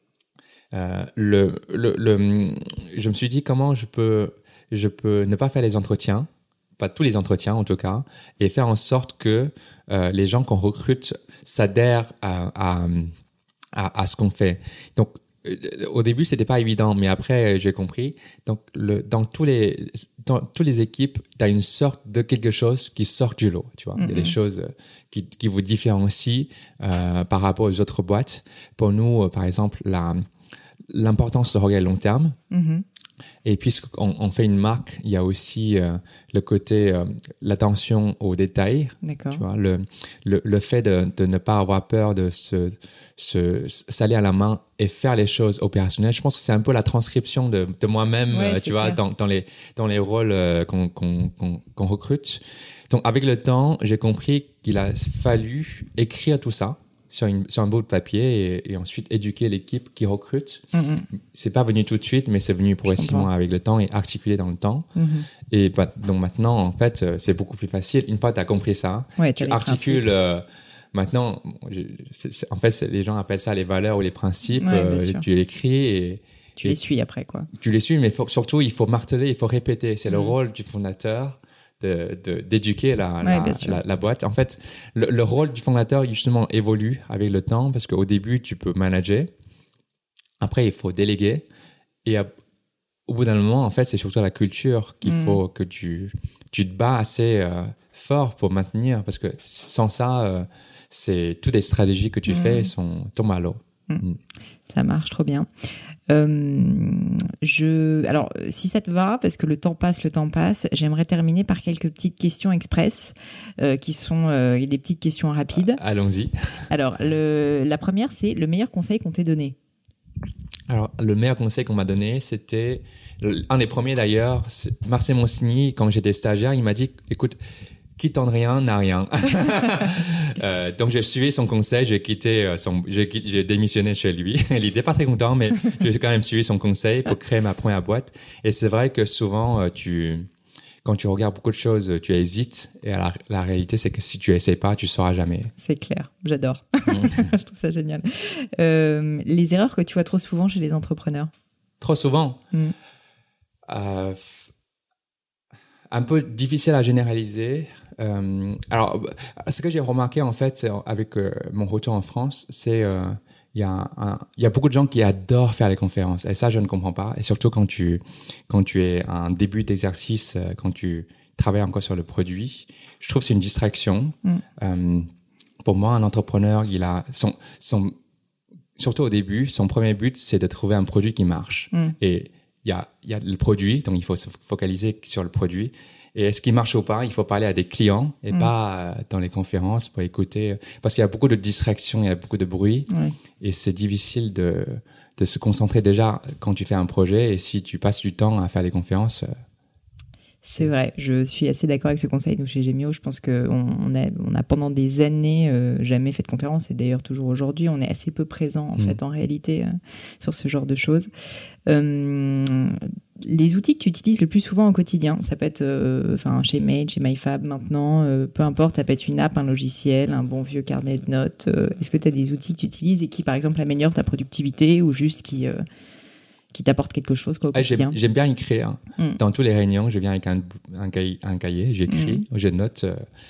Je me suis dit, comment je peux ne pas faire les entretiens, pas tous les entretiens en tout cas, et faire en sorte que les gens qu'on recrute s'adhèrent à ce qu'on fait. Donc, au début, c'était pas évident, mais après, j'ai compris. Donc, dans toutes les équipes, t'as une sorte de quelque chose qui sort du lot, tu vois. Il y a des choses qui vous différencient par rapport aux autres boîtes. Pour nous, par exemple, l'importance de regarder long terme. Et puisqu'on fait une marque, il y a aussi le côté l'attention aux détails. D'accord. Tu vois, le fait de ne pas avoir peur de s'aller à la main et faire les choses opérationnelles. Je pense que c'est un peu la transcription de moi-même, tu vois, dans les rôles qu'on recrute. Donc avec le temps, j'ai compris qu'il a fallu écrire tout ça sur un bout de papier et ensuite éduquer l'équipe qui recrute. C'est pas venu tout de suite, mais c'est venu progressivement avec le temps et articulé dans le temps. Et donc maintenant, en fait, c'est beaucoup plus facile. Une fois que tu as compris ça, tu articules. Maintenant, en fait, les gens appellent ça les valeurs ou les principes. Tu l'écris et tu les suis après, quoi. Tu les suis, mais surtout, il faut marteler, il faut répéter. C'est le rôle du fondateur d'éduquer la boîte. En fait, le rôle du fondateur, justement, évolue avec le temps parce qu'au début, tu peux manager. Après, il faut déléguer. Et au bout d'un moment, en fait, c'est surtout la culture qu'il faut que tu te bats assez fort pour maintenir parce que sans ça, c'est toutes les stratégies que tu fais tombent à l'eau. Ça marche trop bien. Alors, si ça te va, parce que le temps passe, j'aimerais terminer par quelques petites questions express, qui sont des petites questions rapides. Allons-y. Alors, la première, c'est le meilleur conseil qu'on t'ait donné. Alors, le meilleur conseil qu'on m'a donné, c'était un des premiers d'ailleurs, Marcel Monsigny, quand j'étais stagiaire, il m'a dit, écoute, qui tente rien n'a rien. Donc j'ai suivi son conseil, j'ai démissionné chez lui. Il était pas très content, mais j'ai quand même suivi son conseil pour créer ma première boîte. Et c'est vrai que souvent, quand tu regardes beaucoup de choses, tu hésites. Et la réalité, c'est que si tu essaies pas, tu sauras jamais. C'est clair, j'adore. Je trouve ça génial. Les erreurs que tu vois trop souvent chez les entrepreneurs? Trop souvent. Un peu difficile à généraliser. Alors, ce que j'ai remarqué en fait avec mon retour en France, c'est il y a beaucoup de gens qui adorent faire les conférences et ça je ne comprends pas. Et surtout quand tu es en début d'exercice, quand tu travailles encore sur le produit, je trouve que c'est une distraction. Pour moi, un entrepreneur, il a surtout au début, son premier but c'est de trouver un produit qui marche. Et il y a le produit, donc il faut se focaliser sur le produit. Et est-ce qu'il marche ou pas, il faut parler à des clients et pas dans les conférences pour écouter. Parce qu'il y a beaucoup de distractions, il y a beaucoup de bruit. Et c'est difficile de se concentrer déjà quand tu fais un projet. Et si tu passes du temps à faire des conférences... C'est vrai, je suis assez d'accord avec ce conseil. Nous, chez Gemio, je pense qu'on a pendant des années jamais fait de conférence, et d'ailleurs toujours aujourd'hui, on est assez peu présent en fait en réalité sur ce genre de choses. Les outils que tu utilises le plus souvent au quotidien, ça peut être chez Made, chez MyFab maintenant, peu importe, ça peut être une app, un logiciel, un bon vieux carnet de notes. Est-ce que tu as des outils que tu utilises et qui, par exemple, améliorent ta productivité ou juste qui t'apporte quelque chose au quotidien? J'aime bien écrire. Dans toutes les réunions, je viens avec un cahier, j'écris, je note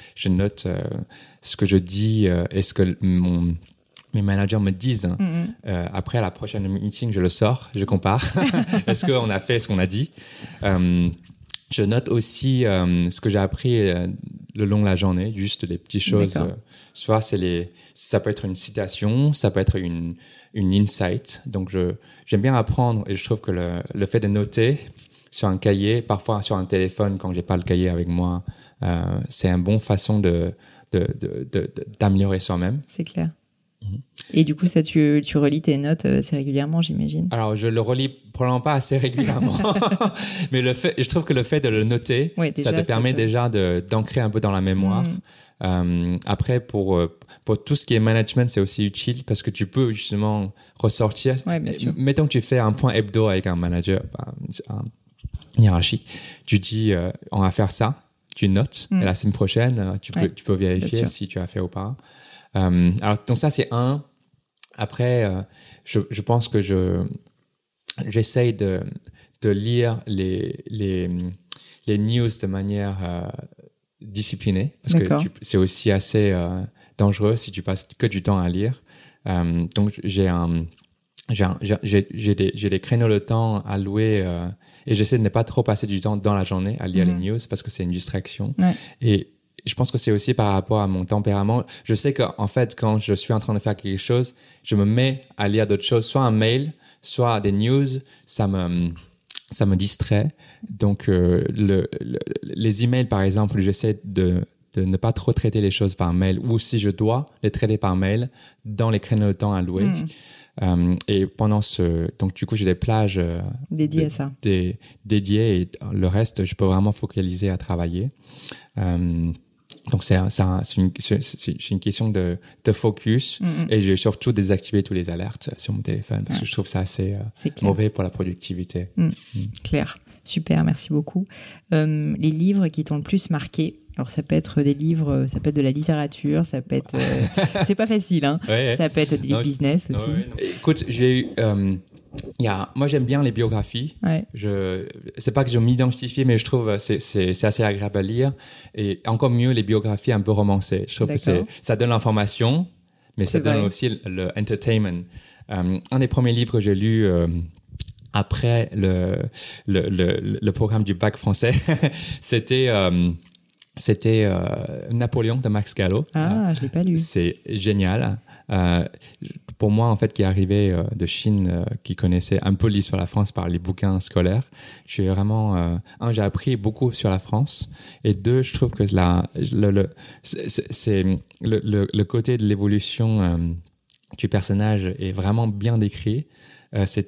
ce que je dis et ce que mes managers me disent. Après, à la prochaine meeting, je le sors, je compare. Est-ce qu'on a fait ce qu'on a dit? Je note aussi ce que j'ai appris le long de la journée, juste des petites choses. Soit ça peut être une citation, ça peut être une insight. Donc, j'aime bien apprendre et je trouve que le fait de noter sur un cahier, parfois sur un téléphone quand j'ai pas le cahier avec moi, c'est une bonne façon d'améliorer soi-même. C'est clair. Et du coup, ça, tu relis tes notes assez régulièrement, j'imagine? Alors, je le relis probablement pas assez régulièrement, mais je trouve que le fait de le noter, ça te permet déjà d'ancrer un peu dans la mémoire. Après, pour tout ce qui est management, c'est aussi utile parce que tu peux justement ressortir. Ouais, bien sûr. Mettons que tu fais un point hebdo avec un manager, une hiérarchie. Tu dis, on va faire ça. Tu notes. Et la semaine prochaine, tu peux vérifier si tu as fait ou pas. Alors, donc ça, c'est un. Après, je pense que j'essaye de lire les news de manière disciplinée parce que c'est aussi assez dangereux si tu passes que du temps à lire. Donc, j'ai des créneaux de temps alloués et j'essaie de ne pas trop passer du temps dans la journée à lire les news parce que c'est une distraction. Et je pense que c'est aussi par rapport à mon tempérament. Je sais qu'en fait, quand je suis en train de faire quelque chose, je me mets à lire d'autres choses, soit un mail, soit des news. Ça me distrait. Donc, les emails, par exemple, j'essaie de ne pas trop traiter les choses par mail, ou si je dois les traiter par mail, dans les créneaux de temps alloués. Et pendant donc du coup, j'ai des plages dédiées à ça. Dédiées, et le reste, je peux vraiment focaliser à travailler. Donc c'est une question de focus et j'ai surtout désactivé tous les alertes sur mon téléphone parce que je trouve ça assez mauvais pour la productivité. Clair, super, merci beaucoup. Les livres qui t'ont le plus marqué? Alors ça peut être des livres, ça peut être de la littérature, ça peut être c'est pas facile hein. Ça peut être des livres business aussi. Écoute, j'ai eu moi j'aime bien les biographies. C'est pas que je m'identifie, mais je trouve c'est assez agréable à lire, et encore mieux les biographies un peu romancées. Je trouve que ça donne l'information, mais ça donne aussi le entertainment. Un des premiers livres que j'ai lu après le programme du bac français, c'était Napoléon de Max Gallo. Je l'ai pas lu. C'est génial. Pour moi, en fait, qui est arrivé de Chine, qui connaissait un peu l'histoire de la France par les bouquins scolaires, je suis vraiment j'ai appris beaucoup sur la France, et deux, je trouve que le côté de l'évolution du personnage est vraiment bien décrit. C'est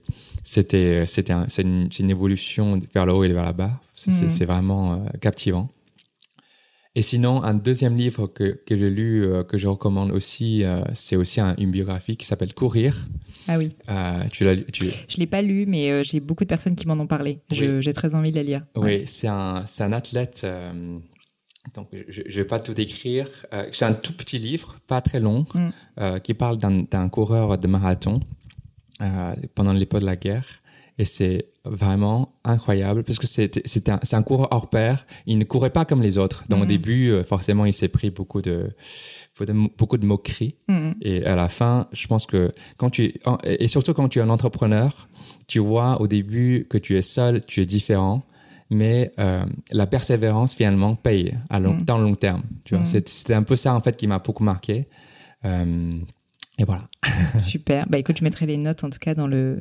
une évolution vers le haut et vers le bas. C'est vraiment captivant. Et sinon, un deuxième livre que j'ai lu, que je recommande aussi, c'est aussi une biographie qui s'appelle Courir. Ah oui. Tu l'as lu? Je l'ai pas lu, mais j'ai beaucoup de personnes qui m'en ont parlé. J'ai très envie de la lire. Oui, c'est un athlète. Donc, je vais pas tout écrire. C'est un tout petit livre, pas très long, qui parle d'un coureur de marathon pendant l'époque de la guerre. Et c'est vraiment incroyable parce que c'est un coureur hors pair. Il ne courait pas comme les autres. Au début, forcément, il s'est pris beaucoup de moqueries. Et à la fin, je pense que et surtout quand tu es un entrepreneur, tu vois au début que tu es seul, tu es différent. Mais la persévérance finalement paye dans le long terme. Tu vois, c'était un peu ça en fait qui m'a beaucoup marqué. Et voilà. Super. Écoute, je mettrai les notes en tout cas dans le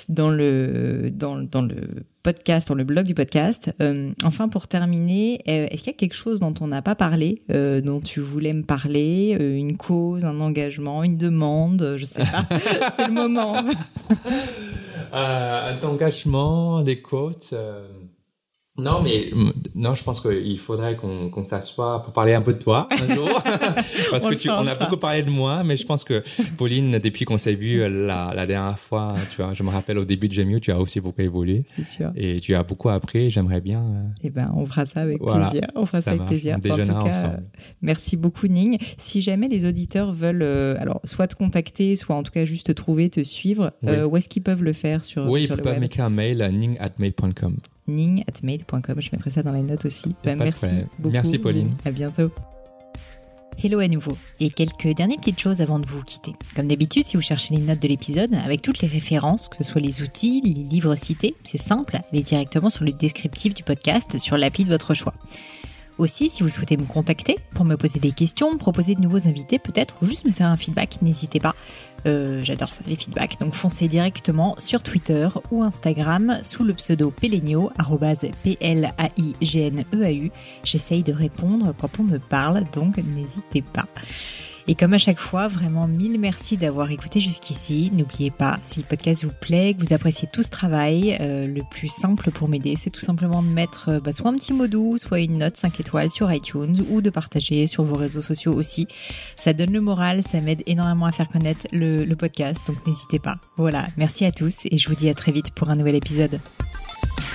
podcast, dans le blog du podcast. Enfin, pour terminer, est-ce qu'il y a quelque chose dont on n'a pas parlé, dont tu voulais me parler, une cause, un engagement, une demande, je sais pas. C'est le moment. Un engagement, des quotes. Non, je pense qu'il faudrait qu'on s'assoie pour parler un peu de toi un jour. Parce que on a beaucoup parlé de moi, mais je pense que Pauline, depuis qu'on s'est vu la dernière fois, tu vois, je me rappelle au début de J'aime mieux, tu as aussi beaucoup évolué. C'est sûr. Et tu as beaucoup appris, j'aimerais bien. Eh ben, on fera ça avec plaisir. On fera ça avec plaisir. On déjeunera en tout cas, ensemble. Merci beaucoup, Ning. Si jamais les auditeurs veulent, alors, soit te contacter, soit en tout cas juste te trouver, te suivre, où est-ce qu'ils peuvent le faire sur le web? Oui, ils peuvent m'écrire un mail à ning@mail.com. ning@mail.com. Je mettrai ça dans les notes aussi. Merci beaucoup. Merci, Pauline. À bientôt. Hello à nouveau. Et quelques dernières petites choses avant de vous quitter. Comme d'habitude, si vous cherchez les notes de l'épisode, avec toutes les références, que ce soit les outils, les livres cités, c'est simple, allez directement sur le descriptif du podcast sur l'appli de votre choix. Aussi, si vous souhaitez me contacter pour me poser des questions, me proposer de nouveaux invités peut-être, ou juste me faire un feedback, n'hésitez pas. J'adore ça, les feedbacks. Donc foncez directement sur Twitter ou Instagram sous le pseudo Pelegneau, @PLAIGNEAU. J'essaye de répondre quand on me parle, donc n'hésitez pas. Et comme à chaque fois, vraiment 1000 merci d'avoir écouté jusqu'ici. N'oubliez pas, si le podcast vous plaît, que vous appréciez tout ce travail, le plus simple pour m'aider, c'est tout simplement de mettre soit un petit mot doux, soit une note 5 étoiles sur iTunes ou de partager sur vos réseaux sociaux aussi. Ça donne le moral, ça m'aide énormément à faire connaître le podcast, donc n'hésitez pas. Voilà, merci à tous et je vous dis à très vite pour un nouvel épisode.